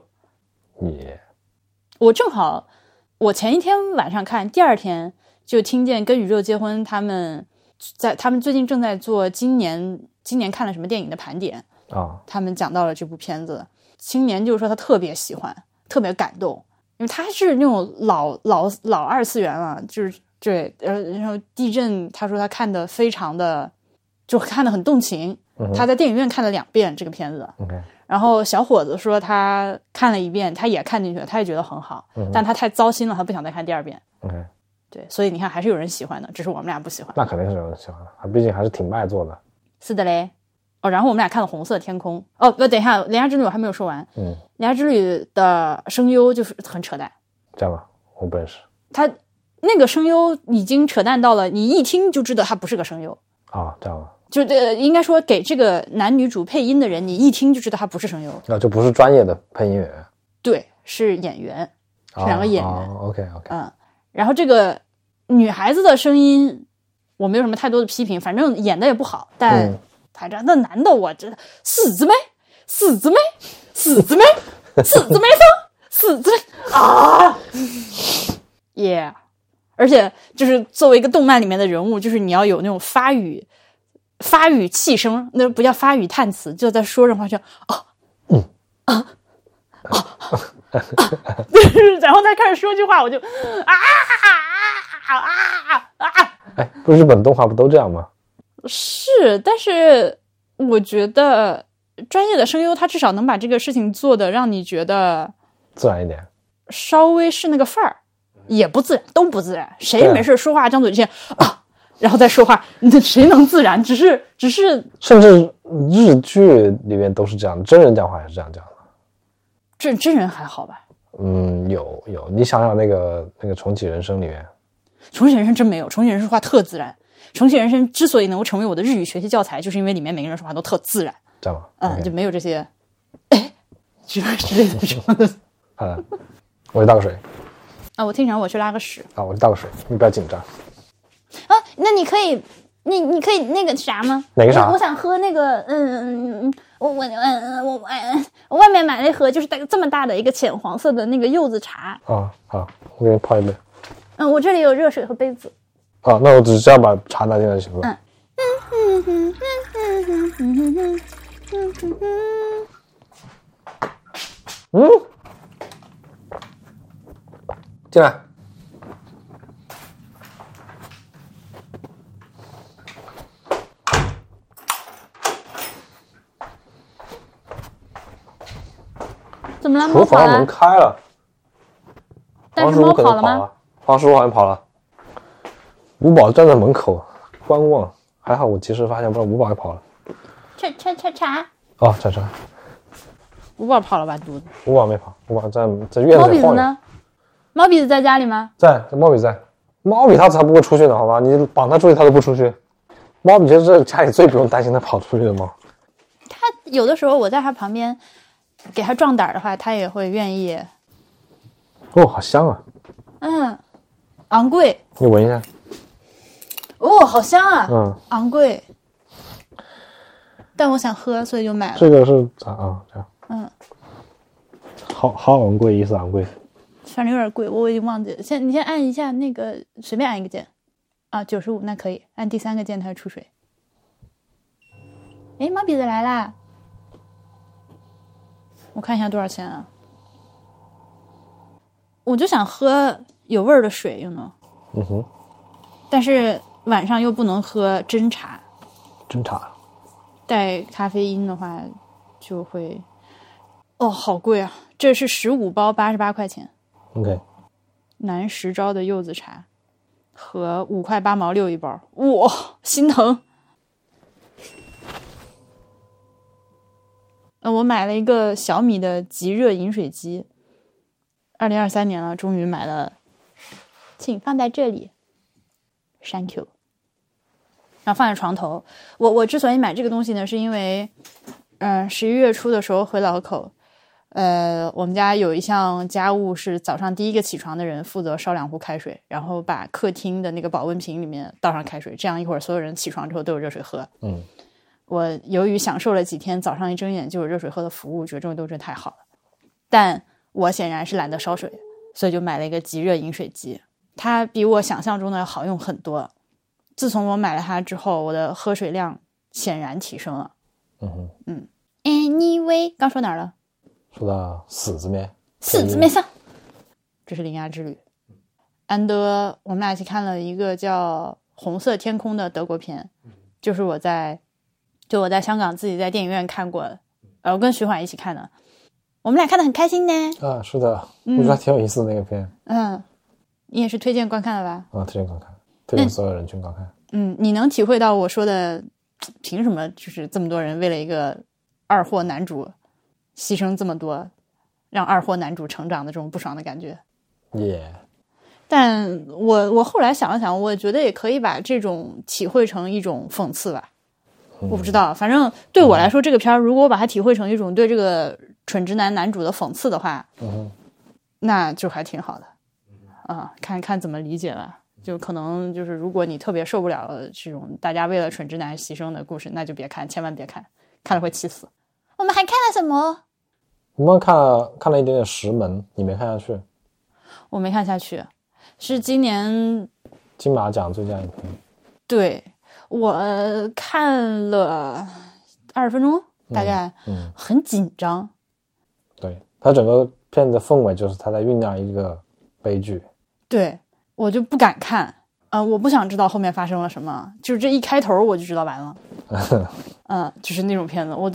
我正好我前一天晚上看，第2天就听见跟宇宙结婚他们最近正在做今年看了什么电影的盘点。他们讲到了这部片子，青年就是说他特别喜欢，特别感动，因为他是那种老2次元了，就是对，然后地震，他说他看的非常的，就看得很动情。他在电影院看了2遍这个片子。然后小伙子说他看了1遍，他也看进去了，他也觉得很好，但他太糟心了，他不想再看第2遍。对，所以你看还是有人喜欢的，只是我们俩不喜欢。 那肯定是有人喜欢的，毕竟还是挺卖座的。 是的嘞。然后我们俩看了红色天空。等一下，莲芽之旅我还没有说完。莲芽之旅的声优就是很扯淡。 这样吧，我不认识。 他那个声优已经扯淡到了，你一听就知道他不是个声优。 这样吧。 就应该说给这个男女主配音的人，你一听就知道他不是声优。 就不是专业的配音员。 对，是演员，是2个演员。 OK。 然后这个女孩子的声音我没有什么太多的批评，反正演的也不好，但反正那男的我这死姊妹啊，yeah。而且就是作为一个动漫里面的人物，就是你要有那种发语气声，那不叫发语叹词，就在说这话就然后再开始说句话，我就不是日本动画不都这样吗？ 是，但是我觉得专业的声优他至少能把这个事情做的让你觉得自然一点， 稍微是那个范儿，也不自然，都不自然。谁没事说话张嘴之前然后再说话，谁能自然？只是， 甚至日剧里面都是这样，真人讲话也是这样讲的。 真人还好吧？ 有，你想想那个重启人生里面， 重启人生真没有，重启人生说话特自然。重启人生之所以能够成为我的日语学习教材，就是因为里面每个人说话都特自然。 这样吗？ 就没有这些之类的什么的。 好的，我去倒个水。 我听着我去拉个屎。 我去倒个水，你不要紧张。 那你可以，你可以那个啥吗？ 哪个啥？ 我想喝那个，我外面买了一盒，就是这么大的一个浅黄色的那个柚子茶。 好，我给你泡一杯。 我这里有热水和杯子。 那我只是要把茶拿进来就行了。进来。 怎么了？ 厨房门开了， 但是猫跑了吗？ 黄叔好像跑了。五宝站在门口观望，还好我及时发现，不然五宝也跑了。查。查。 五宝跑了吧肚子？ 五宝没跑，五宝在院子里晃悠。 猫鼻子呢？猫鼻子在家里吗？ 在，猫鼻在。猫比它才不会出去呢，好吧？你绑它出去，它都不出去。猫比就是家里最不用担心它跑出去的猫。 它有的时候我在它旁边给它壮胆的话，它也会愿意。 好香啊！ 昂贵。 你闻一下。 好香啊！昂贵。但我想喝，所以就买了。 这个是这样。好昂贵，意思昂贵。 反正有点贵，我已经忘记了。你先按一下那个，随便按一个键。95，那可以。按第3个键它会出水。猫鼻子来啦！我看一下多少钱啊？我就想喝有味儿的水但是晚上又不能喝真茶。带咖啡因的话就会好贵啊！这是15包88块钱。 OK。 南十招的柚子茶和5块8毛6一包，哇，心疼。我买了一个小米的即热饮水机，2023年了，终于买了，请放在这里 ，Thank you。然后放在床头。我之所以买这个东西呢，是因为，11月初的时候回老口，我们家有一项家务是早上第一个起床的人负责烧2壶开水，然后把客厅的那个保温瓶里面倒上开水，这样一会儿所有人起床之后都有热水喝。我由于享受了几天早上一睁眼就有热水喝的服务，觉得这种都真太好了。但我显然是懒得烧水，所以就买了一个即热饮水机，它比我想象中的好用很多。自从我买了它之后，我的喝水量显然提升了。Anyway， 刚说哪儿了？说到死字面上，这是铃芽之旅。 安德我们俩一起看了一个叫《红色天空》的德国片，就是我在香港自己在电影院看过的，我跟徐缓一起看的，我们俩看得很开心呢。 啊，是的，我觉得挺有意思的那个片。 你也是推荐观看的吧？ 推荐观看，推荐所有人群观看。 你能体会到我说的凭什么就是这么多人为了一个二货男主牺牲这么多，让二货男主成长的这种不爽的感觉。但我后来想了想，我觉得也可以把这种体会成一种讽刺吧。我不知道，反正对我来说，这个片儿如果我把它体会成一种对这个蠢直男男主的讽刺的话，那就还挺好的看看怎么理解吧。就可能就是如果你特别受不了这种大家为了蠢直男牺牲的故事，那就别看，千万别看，看了会气死。我们还看了什么？ 我们看了一点点石门，你没看下去？ 我没看下去，是今年金马奖最佳影片。 对，我看了20分钟大概，很紧张。 对，它整个片的氛围就是它在酝酿一个悲剧。 对，我就不敢看，我不想知道后面发生了什么，就是这一开头我就知道完了。就是那种片子，我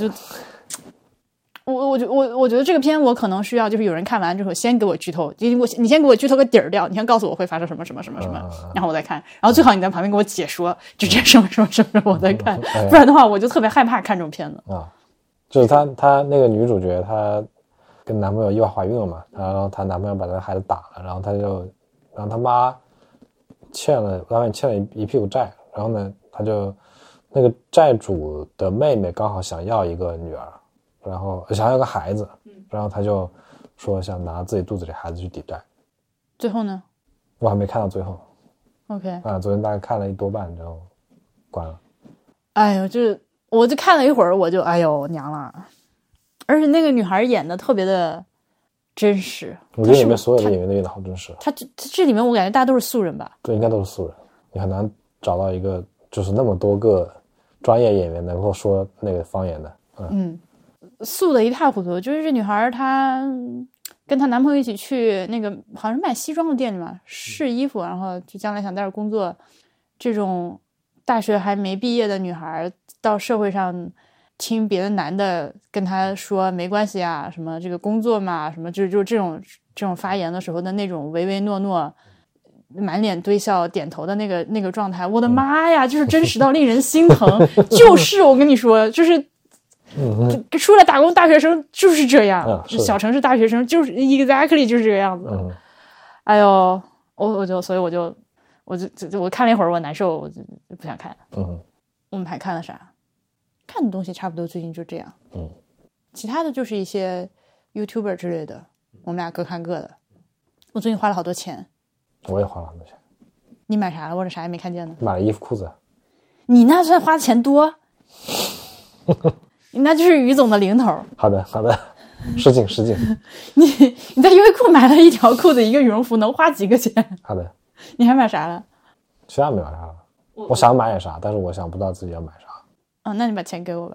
觉得这个片我可能需要就是有人看完之后先给我剧透，你先给我剧透个底儿掉，你先告诉我会发生什么什么什么什么，然后我再看，然后最好你在旁边给我解说就这什么什么什么我再看，不然的话我就特别害怕看这种片子就是她那个女主角她跟男朋友意外怀孕了嘛，然后她男朋友把她孩子打了，然后她妈外面欠了一屁股债，然后呢她就那个债主的妹妹刚好想要一个女儿，然后想要个孩子，然后他就说想拿自己肚子里孩子去抵债。 最后呢？ 我还没看到最后。 OK。 昨天大概看了一多半就关了。 哎呦，我就看了一会儿，我就哎呦娘了！而且那个女孩演的特别的真实。 我觉得里面所有的演员都演的好真实。 这里面我感觉大家都是素人吧？ 对，应该都是素人。你很难找到一个就是那么多个专业演员能够说那个方言的。 素的一塌糊涂。就是这女孩她跟她男朋友一起去那个好像是卖西装的店里嘛试衣服，然后就将来想在这工作。这种大学还没毕业的女孩到社会上听别的男的跟她说没关系啊，什么这个工作嘛，什么就这种发言的时候的那种唯唯诺诺满脸堆笑点头的那个状态，我的妈呀，就是真实到令人心疼。就是我跟你说，就是出来打工大学生就是这样，小城市大学生就是 exactly 就是这个样子。哎呦，所以我看了一会儿，我难受，我就不想看。我们还看了啥？看的东西差不多最近就这样。其他的就是一些 YouTuber 之类的，我们俩各看各的。我最近花了好多钱。 我也花了很多钱。 你买啥了？我这啥也没看见呢。 买了衣服裤子。 你那算花钱多？你那就是于总的零头。 好的，失敬。 你在优衣库买了一条裤子一个羽绒服能花几个钱？ 好的。 你还买啥了？ 其他没买啥了。我想买点啥，但是我想不到自己要买啥。 那你把钱给我吧。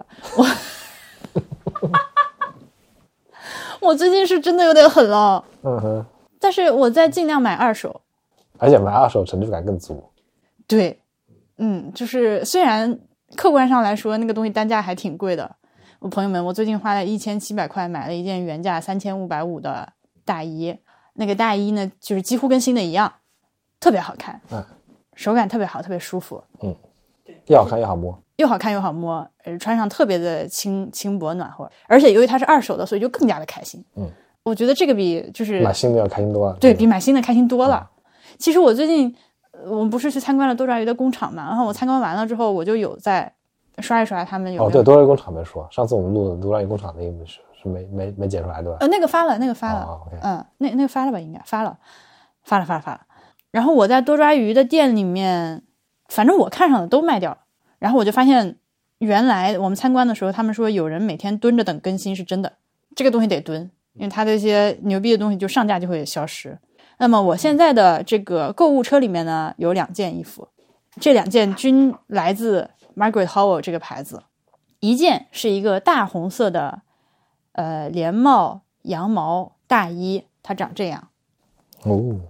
我最近是真的有点狠了。但是我在尽量买二手。 而且买二手成就感更足。 对。就是虽然客观上来说那个东西单价还挺贵的，我朋友们，我最近花了1700块买了一件原价3550的大衣，那个大衣呢就是几乎跟新的一样，特别好看，手感特别好，特别舒服， 又好看又好摸， 穿上特别的轻薄暖和，而且由于它是二手的，所以就更加的开心。我觉得这个比就是买新的要开心多了。 对，比买新的开心多了。其实我最近我们不是去参观了多抓鱼的工厂嘛，然后我参观完了之后，我就有在刷一刷他们有没有。 对，多抓鱼工厂没说，上次我们录的多抓鱼工厂那个是没剪出来对吧？ 那个发了。 okay. 那个发了吧，应该发了。然后我在多抓鱼的店里面，反正我看上的都卖掉了。然后我就发现，原来我们参观的时候，他们说有人每天蹲着等更新是真的，这个东西得蹲，因为它的一些牛逼的东西就上架就会消失。那么我现在的这个购物车里面呢，有2件衣服，这2件均来自 Margaret Howell 这个牌子。一件是一个大红色的连帽羊毛大衣，它长这样。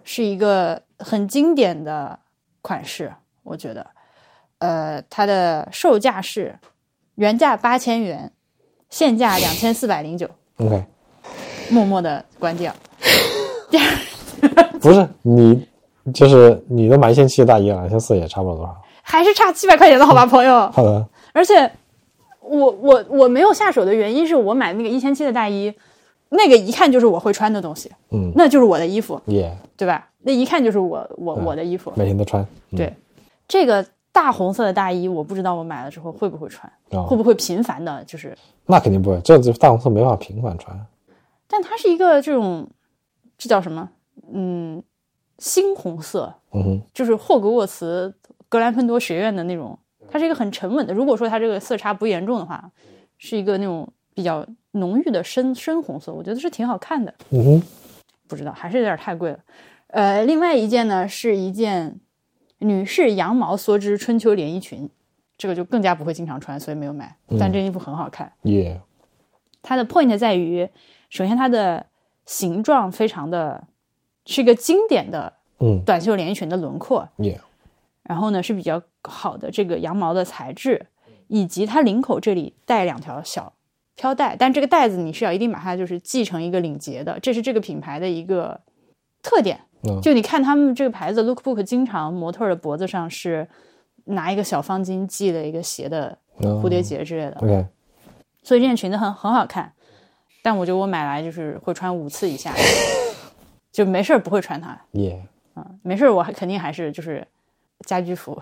是一个很经典的款式，我觉得。它的售价是原价8000元，现价2409。 OK， 默默的关掉。第二， 不是你，就是你都买1700的大衣了，2400也差不了多少， 还是差700块钱的好吧，朋友。 好的。 而且我没有下手的原因是我买那个1700的大衣，那个一看就是我会穿的东西，那就是我的衣服，对吧？那一看就是我的衣服， 每天都穿。 对，这个大红色的大衣，我不知道我买了之后会不会穿，会不会频繁的，就是那肯定不会，这大红色没法频繁穿。 但它是一个这叫什么？猩红色，就是霍格沃茨格兰芬多学院的那种，它是一个很沉稳的。如果说它这个色差不严重的话，是一个那种比较浓郁的深红色，我觉得是挺好看的。不知道，还是有点太贵了。另外一件呢是一件女士羊毛梭织春秋连衣裙，这个就更加不会经常穿，所以没有买。但这件衣服很好看。它的 point 在于，首先它的形状非常的是一个经典的短袖连衣裙的轮廓，然后呢是比较好的这个羊毛的材质，以及它领口这里带2条小飘带，但这个带子你是要一定把它就是系成一个领结的，这是这个品牌的一个特点。就你看他们这个牌子 Lookbook 经常模特的脖子上是拿一个小方巾系了一个斜的蝴蝶结之类的。所以这件裙子很好看，但我觉得我买来就是会穿5次以下，就没事不会穿它。没事我肯定还是就是家居服。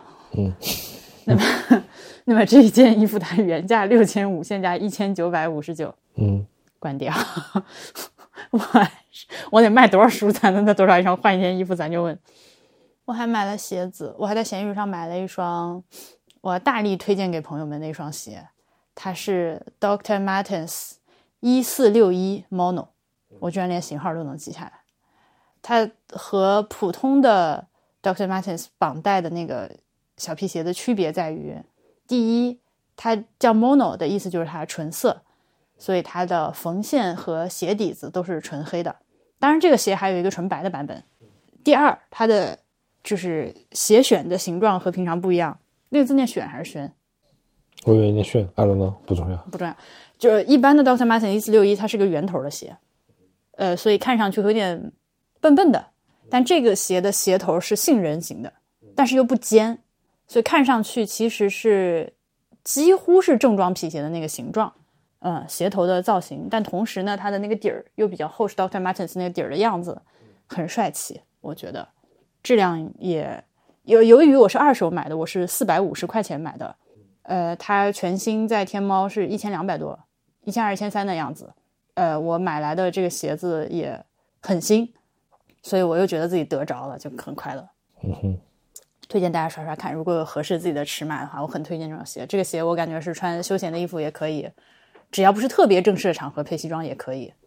那么这一件衣服它原价6500，现价1959。关掉。我得卖多少书才能在多少以上换一件衣服？咱就问。我还买了鞋子，我还在闲鱼上买了一双，我大力推荐给朋友们的一双鞋，它是 Dr. Martens 1461 Mono， 我居然连型号都能记下来。它和普通的 Dr. Martens 绑带的那个小皮鞋的区别在于，第一，它叫 Mono 的意思就是它纯色，所以它的缝线和鞋底子都是纯黑的。当然这个鞋还有一个纯白的版本。第二，它的就是鞋选的形状和平常不一样。那个字念选还是宣？ 我以为念炫 I don't know， 不重要。 就是一般的 Dr. Martens 1461它是个圆头的鞋，所以看上去有点笨笨的，但这个鞋的鞋头是杏仁型的，但是又不尖，所以看上去其实是几乎是正装皮鞋的那个形状，鞋头的造型，但同时呢，它的那个底儿又比较厚，是 Dr. Martens 那个底儿的样子，很帅气，我觉得质量也由于我是二手买的，我是450块钱买的，它全新在天猫是1200多，1200、1300的样子，我买来的这个鞋子也很新，所以我又觉得自己得着了，就很快乐。推荐大家刷刷看，如果有合适自己的尺码的话，我很推荐这双鞋。这个鞋我感觉是穿休闲的衣服也可以，只要不是特别正式的场合配西装也可以。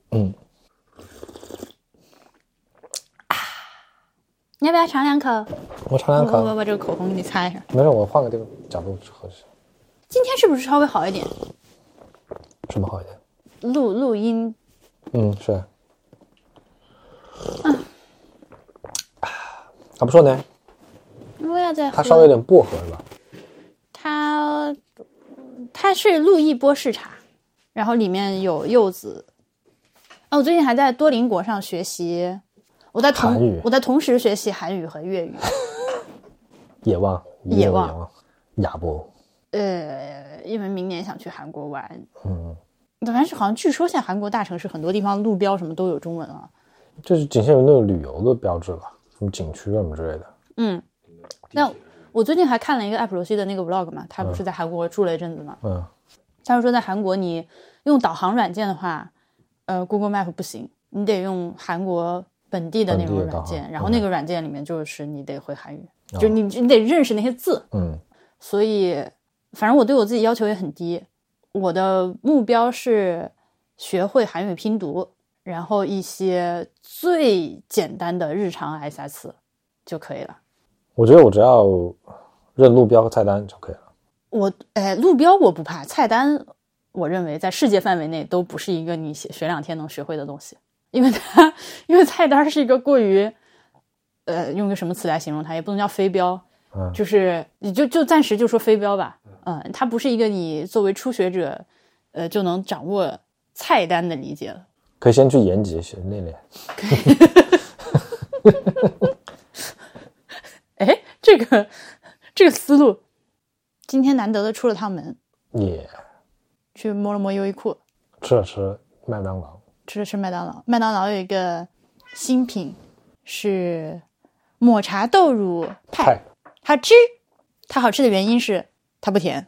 你要不要尝2口？ 我尝2口。 我把这个口红给你擦一下。 没事，我换个这个角度合适。 今天是不是稍微好一点？ 什么好一点？ 录音。 是。还不错呢。 我要再喝。 它稍微有点薄荷是吧？ 它是路易波士茶，然后里面有柚子。我最近还在多邻国上学习，我在同时学习韩语和粤语。 野望亚波。 因为明年想去韩国玩。反正好像据说现在韩国大城市很多地方路标什么都有中文啊。 这是仅限于那个旅游的标志吧，什么景区什么之类的。 那我最近还看了一个艾普罗西的那个 vlog 嘛，他不是在韩国住了一阵子嘛。他说在韩国你用导航软件的话，Google Map 不行，你得用韩国本地的那种软件，然后那个软件里面就是你得会韩语，就你得认识那些字。所以反正我对我自己要求也很低，我的目标是学会韩语拼读，然后一些最简单的日常挨仨词就可以了。 我觉得我只要认路标和菜单就可以了。 路标我不怕，菜单我认为在世界范围内都不是一个你学2天能学会的东西，因为菜单是一个过于用个什么词来形容它，也不能叫飞镖，就是你就暂时就说飞镖吧，它不是一个你作为初学者就能掌握菜单的理解了。 可以先去延吉学练练。 哎，这个思路，今天难得的出了趟门，去摸了摸优衣库， 吃了吃麦当劳， 麦当劳有一个新品是抹茶豆乳派，它好吃的原因是它不甜，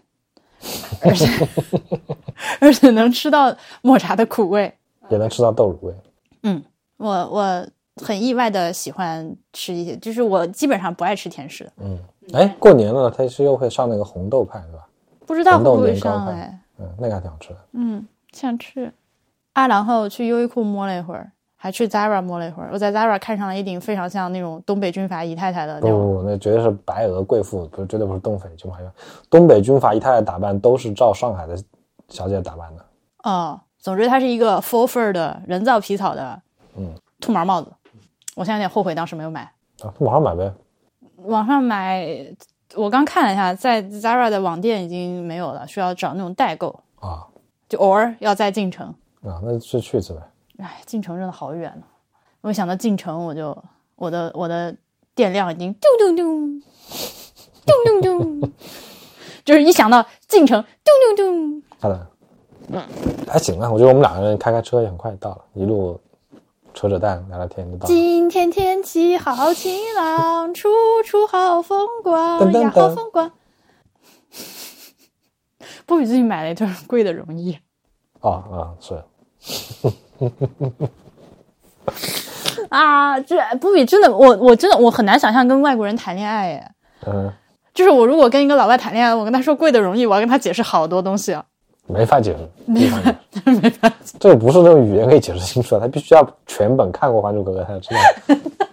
而且能吃到抹茶的苦味， 也能吃到豆乳味。 我很意外的喜欢吃一些，就是我基本上不爱吃甜食。 过年了，它是又会上那个红豆派，对吧？ 不知道会不会上哎。 那个还挺好吃的。 想吃。然后去优衣库摸了一会儿，还去 Zara 摸了一会儿。我在 Zara 看上了一顶非常像那种东北军阀姨太太的那种。 不，那绝对是白俄贵妇，绝对不是东北军阀。东北军阀姨太太打扮都是照上海的小姐打扮的。 总之它是一个 faux fur 的人造皮草的兔毛帽子。我现在有点后悔当时没有买。 网上买呗。 网上买，我刚看了一下，在 Zara 的网店已经没有了，需要找那种代购就偶尔要再进城那就去一次呗。 进城真的好远呢。我想到进城，我的电量已经丢丢丢丢丢丢，就是一想到进城丢丢丢。 好的，还行啊，我觉得我们两个人开车也很快到了，一路扯淡聊聊天就到了。 今天天气好晴朗，处处好风光呀，好风光。波比最近买了一对贵的绒衣。 是。 这波比真的，我真的我很难想象跟外国人谈恋爱耶。就是我如果跟一个老外谈恋爱，我跟他说贵的绒衣，我要跟他解释好多东西啊。 没法解释，没法解释。这个不是那种语言可以解释清楚的，他必须要全本看过《还珠格格》才知道。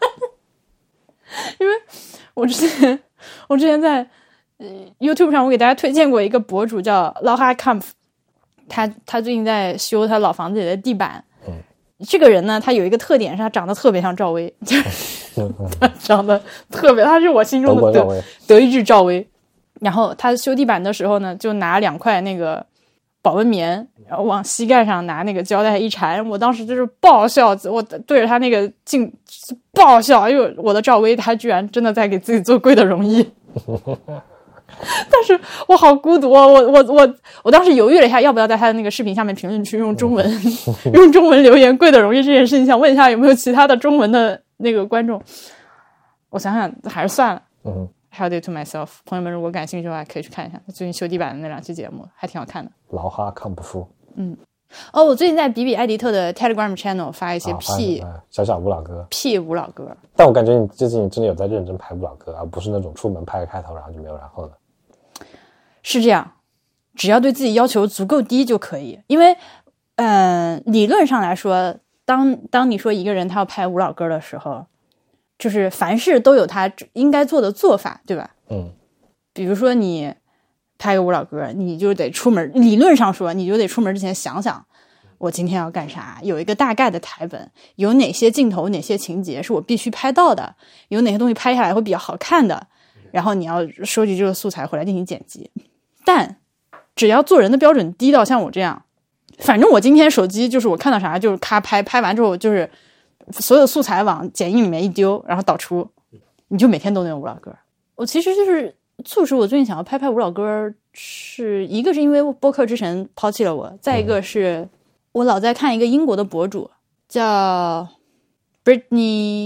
因为我之前在YouTube 上，我给大家推荐过一个博主叫 Laura Kampf， 他最近在修他老房子里的地板。这个人呢，他有一个特点是他长得特别像赵薇，他长得特别，他是我心中的德意志赵薇。然后他修地板的时候呢，就拿2块那个保温棉，然后往膝盖上拿那个胶带一缠，我当时就是爆笑，我对着他那个镜爆笑，因为我的赵薇他居然真的在给自己做贵的绒衣。但是我好孤独啊！我当时犹豫了一下，要不要在他的那个视频下面评论区用中文留言贵的绒衣这件事情，想问一下有没有其他的中文的那个观众。我想想还是算了。How do to myself， 朋友们如果感兴趣的话可以去看一下他最近修地板的那2期节目，还挺好看的。 劳哈康普夫。 我最近在比艾迪特的 Telegram channel 发一些小舞蹈歌， 舞蹈歌。 但我感觉你最近真的有在认真拍舞蹈歌，而不是那种出门拍个开头然后就没有然后了。 是这样，只要对自己要求足够低就可以。因为理论上来说，当你说一个人他要拍舞蹈歌的时候，就是凡事都有他应该做的做法，对吧？比如说你拍个舞蹈歌，你就得出门，理论上说你就得出门之前想想我今天要干啥，有一个大概的台本，有哪些镜头哪些情节是我必须拍到的，有哪些东西拍下来会比较好看的，然后你要收集这个素材回来进行剪辑。但只要做人的标准低到像我这样，反正我今天手机就是我看到啥就是咔拍完之后就是所有素材往剪映里面一丢，然后导出，你就每天都能有舞蹈歌。我其实就是促使我最近想要拍舞蹈歌，是一个是因为播客之神抛弃了我，再一个是我老在看一个英国的博主叫 Britney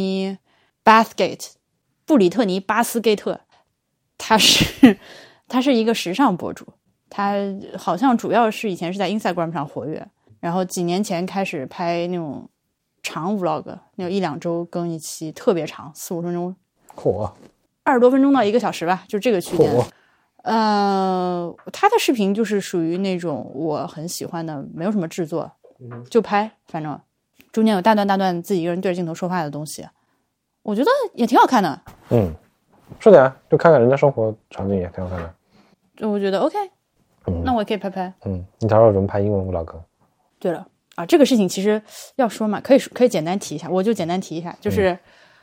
Bathgate， 布里特尼巴斯盖特，他是一个时尚博主，他好像主要是以前是在 Instagram 上活跃，然后几年前开始拍那种长 vlog， 那种1-2周更一期，特别长，4-5分钟，20多分钟到1个小时吧，就这个区间。他的视频就是属于那种我很喜欢的，没有什么制作，就拍，反正中间有大段自己一个人对着镜头说话的东西，我觉得也挺好看的。 是的呀，就看看人家生活场景也挺好看的。 就我觉得 OK，那我也可以拍。 你到时候怎么拍英文舞蹈歌？ 对了这个事情其实要说嘛，可以简单提一下，我就简单提一下，就是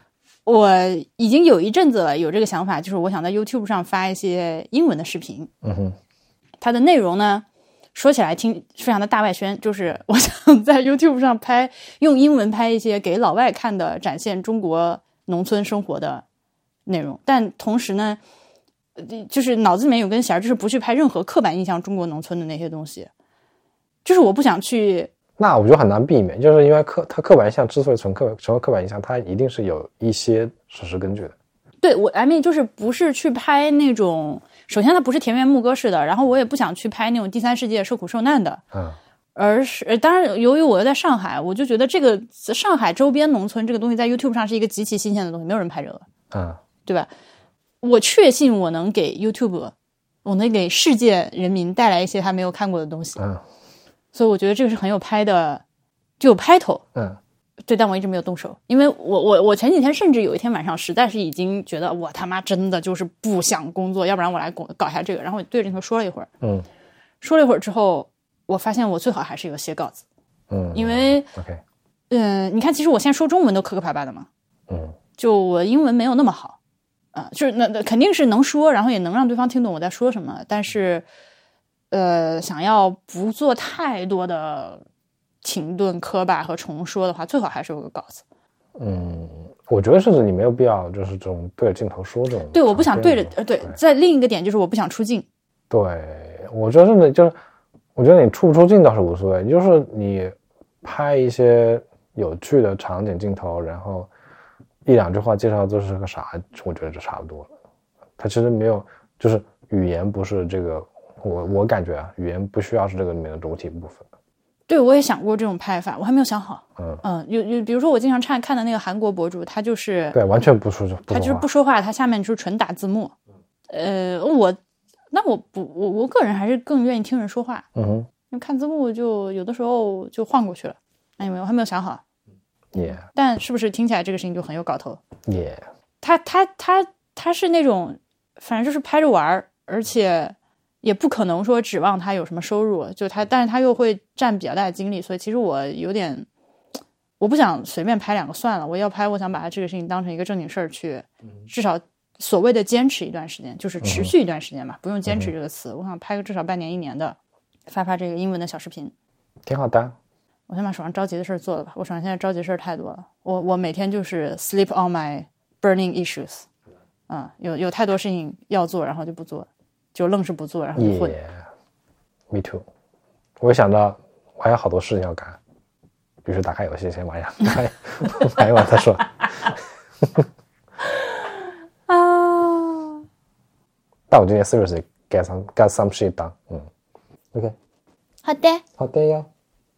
我已经有一阵子了，有这个想法，就是我想在 YouTube 上发一些英文的视频。它的内容呢，说起来听非常的大外宣，就是我想在 YouTube 上用英文拍一些给老外看的，展现中国农村生活的内容。但同时呢，就是脑子里面有根弦，就是不去拍任何刻板印象中国农村的那些东西，就是我不想去。 那我觉得很难避免，就是因为它刻板印象之所以成为刻板印象，它一定是有一些事实根据的。 对，我 I mean 就是不是去拍那种，首先它不是田园牧歌式的，然后我也不想去拍那种第三世界受苦受难的，而是当然由于我又在上海，我就觉得这个上海周边农村这个东西在 YouTube 上是一个极其新鲜的东西，没有人拍这个，对吧？我确信我能给 YouTube， 我能给世界人民带来一些他没有看过的东西，所以我觉得这个是很有拍的，就有拍头，对，但我一直没有动手，因为我前几天甚至有一天晚上实在是已经觉得我他妈真的就是不想工作，要不然我来搞一下这个，然后我对着镜头说了一会儿，说了一会儿之后，我发现我最好还是有写稿子，因为你看，其实我现在说中文都磕磕巴巴的嘛，就我英文没有那么好，就是那肯定是能说，然后也能让对方听懂我在说什么，但是想要不做太多的停顿磕巴和重说的话，最好还是有个稿子。 我觉得甚至你没有必要就是这种对着镜头说这种。 对，我不想对着对。在另一个点就是我不想出镜。 对，我觉得甚至就是，我觉得你出不出镜倒是无所谓，就是你拍一些有趣的场景镜头，然后一两句话介绍这是个啥，我觉得就差不多了。它其实没有，就是语言不是这个，我感觉语言不需要是这个里面的主体部分。 对，我也想过这种拍法，我还没有想好。有比如说我经常看的那个韩国博主，他就是对完全不说话， 他就是不说话，他下面就是纯打字幕。我个人还是更愿意听人说话。因为看字幕就有的时候就晃过去了。我还没有想好。但是不是听起来这个事情就很有搞头？他是那种，反正就是拍着玩，而且也不可能说指望他有什么收入，但是他又会占比较大的精力，所以其实我有点，我不想随便拍两个算了，我要拍，我想把他这个事情当成一个正经事儿去，至少所谓的坚持一段时间，就是持续一段时间吧，不用坚持这个词，我想拍个至少半年1年的，发这个英文的小视频，挺好的。我先把手上着急的事儿做了吧，我手上现在着急的事儿太多了，我每天就是 sleep on my burning issues，有太多事情要做，然后就不做。就愣是不做，然后就混。Me too。我想到我还有好多事情要干，于是打开游戏先玩一玩再说。但我今天 seriously get some shit done。OK。好的呀。